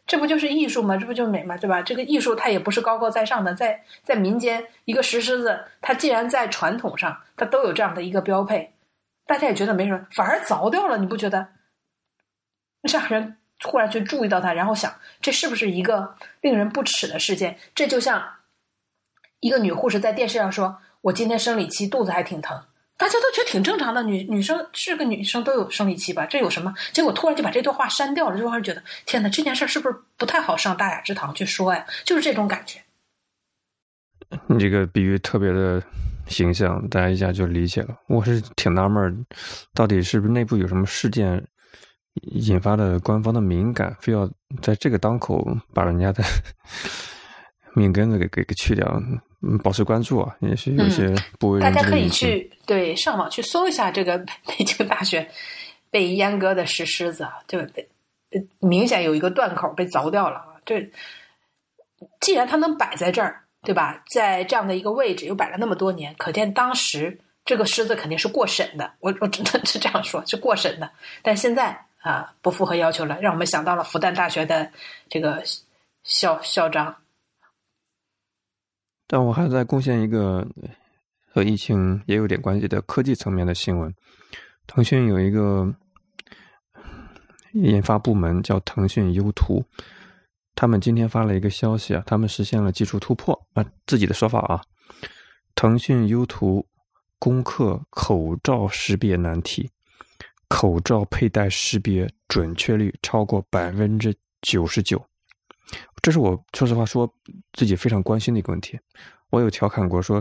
这不就是艺术吗？这不就是美吗？对吧？这个艺术它也不是高高在上的，在民间，一个石狮子，它既然在传统上它都有这样的一个标配，大家也觉得没什么，反而凿掉了，你不觉得让人忽然去注意到它，然后想这是不是一个令人不齿的事件？这就像一个女护士在电视上说，我今天生理期肚子还挺疼，大家都觉得挺正常的，女生是个女生都有生理期吧，这有什么？结果突然就把这段话删掉了，就会觉得天哪，这件事是不是不太好上大雅之堂去说呀？就是这种感觉。 你这个比喻特别的形象，大家一下就理解了。我是挺纳闷，到底是不是内部有什么事件引发的官方的敏感，非要在这个当口把人家的命根子给去掉？保持关注啊，也许有些不为人知的大家可以去上网去搜一下这个北京大学被阉割的石狮子啊，就明显有一个断口被凿掉了。这既然它能摆在这儿，对吧？在这样的一个位置又摆了那么多年，可见当时这个狮子肯定是过审的。我只能是这样说，是过审的。但现在不符合要求了，让我们想到了复旦大学的这个校长。 但我还在贡献一个和疫情也有点关系的科技层面的新闻。腾讯有一个研发部门叫腾讯优图，他们今天发了一个消息啊，他们实现了技术突破自己的说法啊。腾讯优图攻克口罩识别难题，口罩佩戴识别准确率超过99%。这是我说实话说自己非常关心的一个问题。我有调侃过说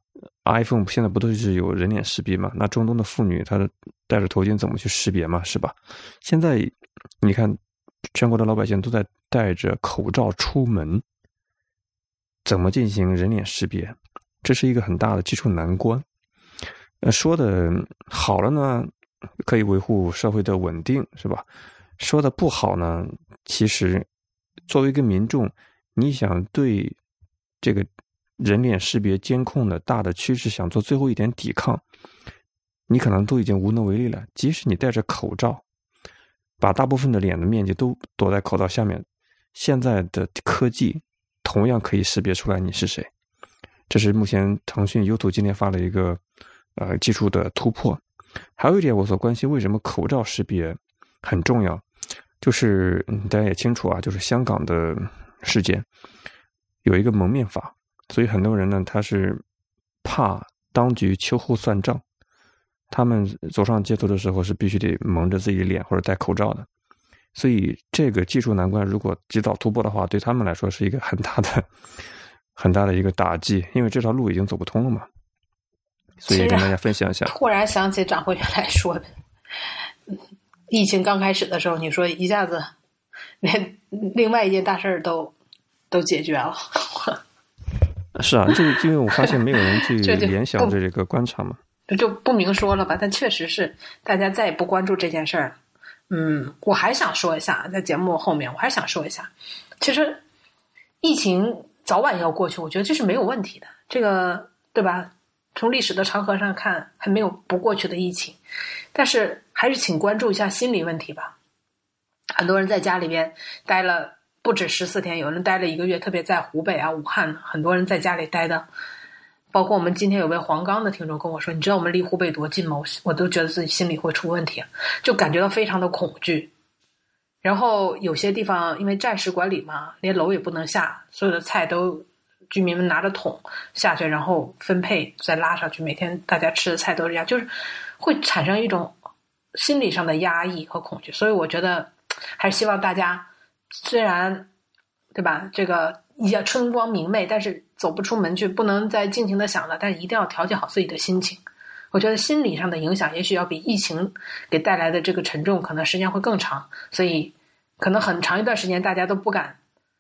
iPhone 现在不都是有人脸识别吗？那中东的妇女她戴着头巾怎么去识别嘛，是吧？现在你看全国的老百姓都在戴着口罩出门，怎么进行人脸识别？这是一个很大的技术难关。说的好了呢，可以维护社会的稳定，是吧？说的不好呢，其实作为一个民众，你想对这个人脸识别监控的大的趋势想做最后一点抵抗，你可能都已经无能为力了。即使你戴着口罩，把大部分的脸的面积都躲在口罩下面，现在的科技同样可以识别出来你是谁。这是目前腾讯优图今天发了一个技术的突破。还有一点我所关心，为什么口罩识别很重要，就是大家也清楚啊，就是香港的事件有一个蒙面法，所以很多人呢他是怕当局秋后算账，他们走上街头的时候是必须得蒙着自己的脸或者戴口罩的。所以这个技术难关如果及早突破的话，对他们来说是一个很大的一个打击，因为这条路已经走不通了嘛。所以跟大家分享一下。 突然想起掌柜原来说的，疫情刚开始的时候，你说一下子连另外一件大事都解决了。 是啊，这个因为我发现没有人去联想这个观察嘛， 就不明说了吧。但确实是大家再也不关注这件事儿。我还想说一下，在节目后面我还想说一下，其实疫情早晚要过去，我觉得这是没有问题的，这个对吧？从历史的长河上看，还没有不过去的疫情，但是还是请关注一下心理问题吧。很多人在家里边待了不止14天，有人待了1个月，特别在湖北啊、武汉，很多人在家里待的。包括我们今天有位黄冈的听众跟我说，你知道我们离湖北多近吗？我都觉得自己心里会出问题，就感觉到非常的恐惧。然后有些地方因为战时管理嘛，连楼也不能下，所有的菜都居民们拿着桶下去，然后分配再拉上去，每天大家吃的菜都是这样，就是会产生一种心理上的压抑和恐惧。所以我觉得还是希望大家，虽然对吧，这个也春光明媚，但是走不出门去，不能再尽情的想了，但是一定要调节好自己的心情。我觉得心理上的影响也许要比疫情给带来的这个沉重可能时间会更长，所以可能很长一段时间大家都不敢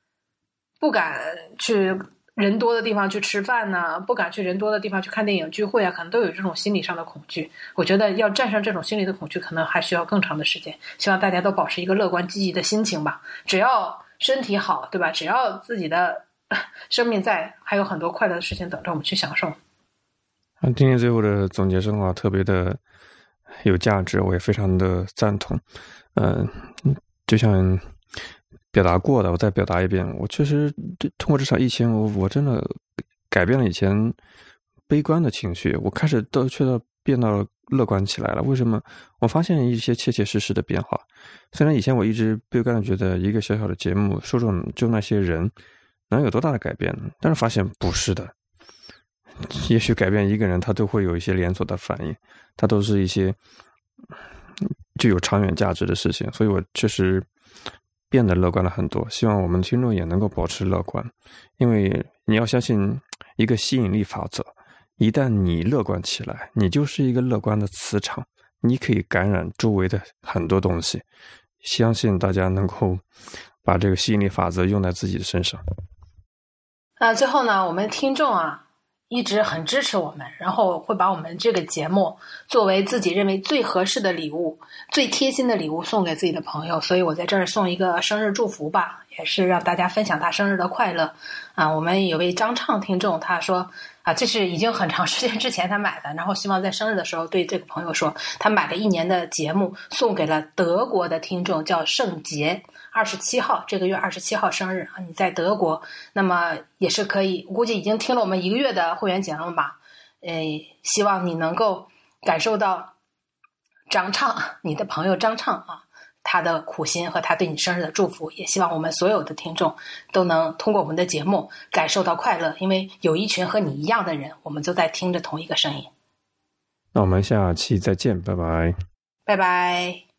去人多的地方去吃饭呢，不敢去人多的地方去看电影聚会啊，可能都有这种心理上的恐惧。我觉得要战胜这种心理的恐惧，可能还需要更长的时间。希望大家都保持一个乐观积极的心情吧。只要身体好，对吧？只要自己的生命在，还有很多快乐的事情等着我们去享受。 今天最后的总结的话特别的有价值，我也非常的赞同。就像表达过的，我再表达一遍。我确实通过这场疫情，我真的改变了以前悲观的情绪，我开始变到乐观起来了。为什么？我发现一些切切实实的变化。虽然以前我一直悲观的觉得一个小小的节目说中就那些人能有多大的改变，但是发现不是的。也许改变一个人，他都会有一些连锁的反应，他都是一些具有长远价值的事情。所以我确实变得乐观了很多，希望我们的听众也能够保持乐观，因为你要相信一个吸引力法则，一旦你乐观起来，你就是一个乐观的磁场，你可以感染周围的很多东西。相信大家能够把这个吸引力法则用在自己的身上。 最后呢，我们听众一直很支持我们，然后会把我们这个节目作为自己认为最合适的礼物、最贴心的礼物送给自己的朋友，所以我在这儿送一个生日祝福吧，也是让大家分享他生日的快乐我们有位张畅听众，他说这是已经很长时间之前他买的，然后希望在生日的时候对这个朋友说，他买了1年的节目送给了德国的听众，叫圣杰，27号，这个月27号生日你在德国，那么也是可以，估计已经听了我们1个月的会员节目吧，希望你能够感受到张畅，你的朋友张畅他的苦心和他对你生日的祝福，也希望我们所有的听众都能通过我们的节目感受到快乐，因为有一群和你一样的人，我们都在听着同一个声音。 那我们下期再见，拜拜。 拜拜。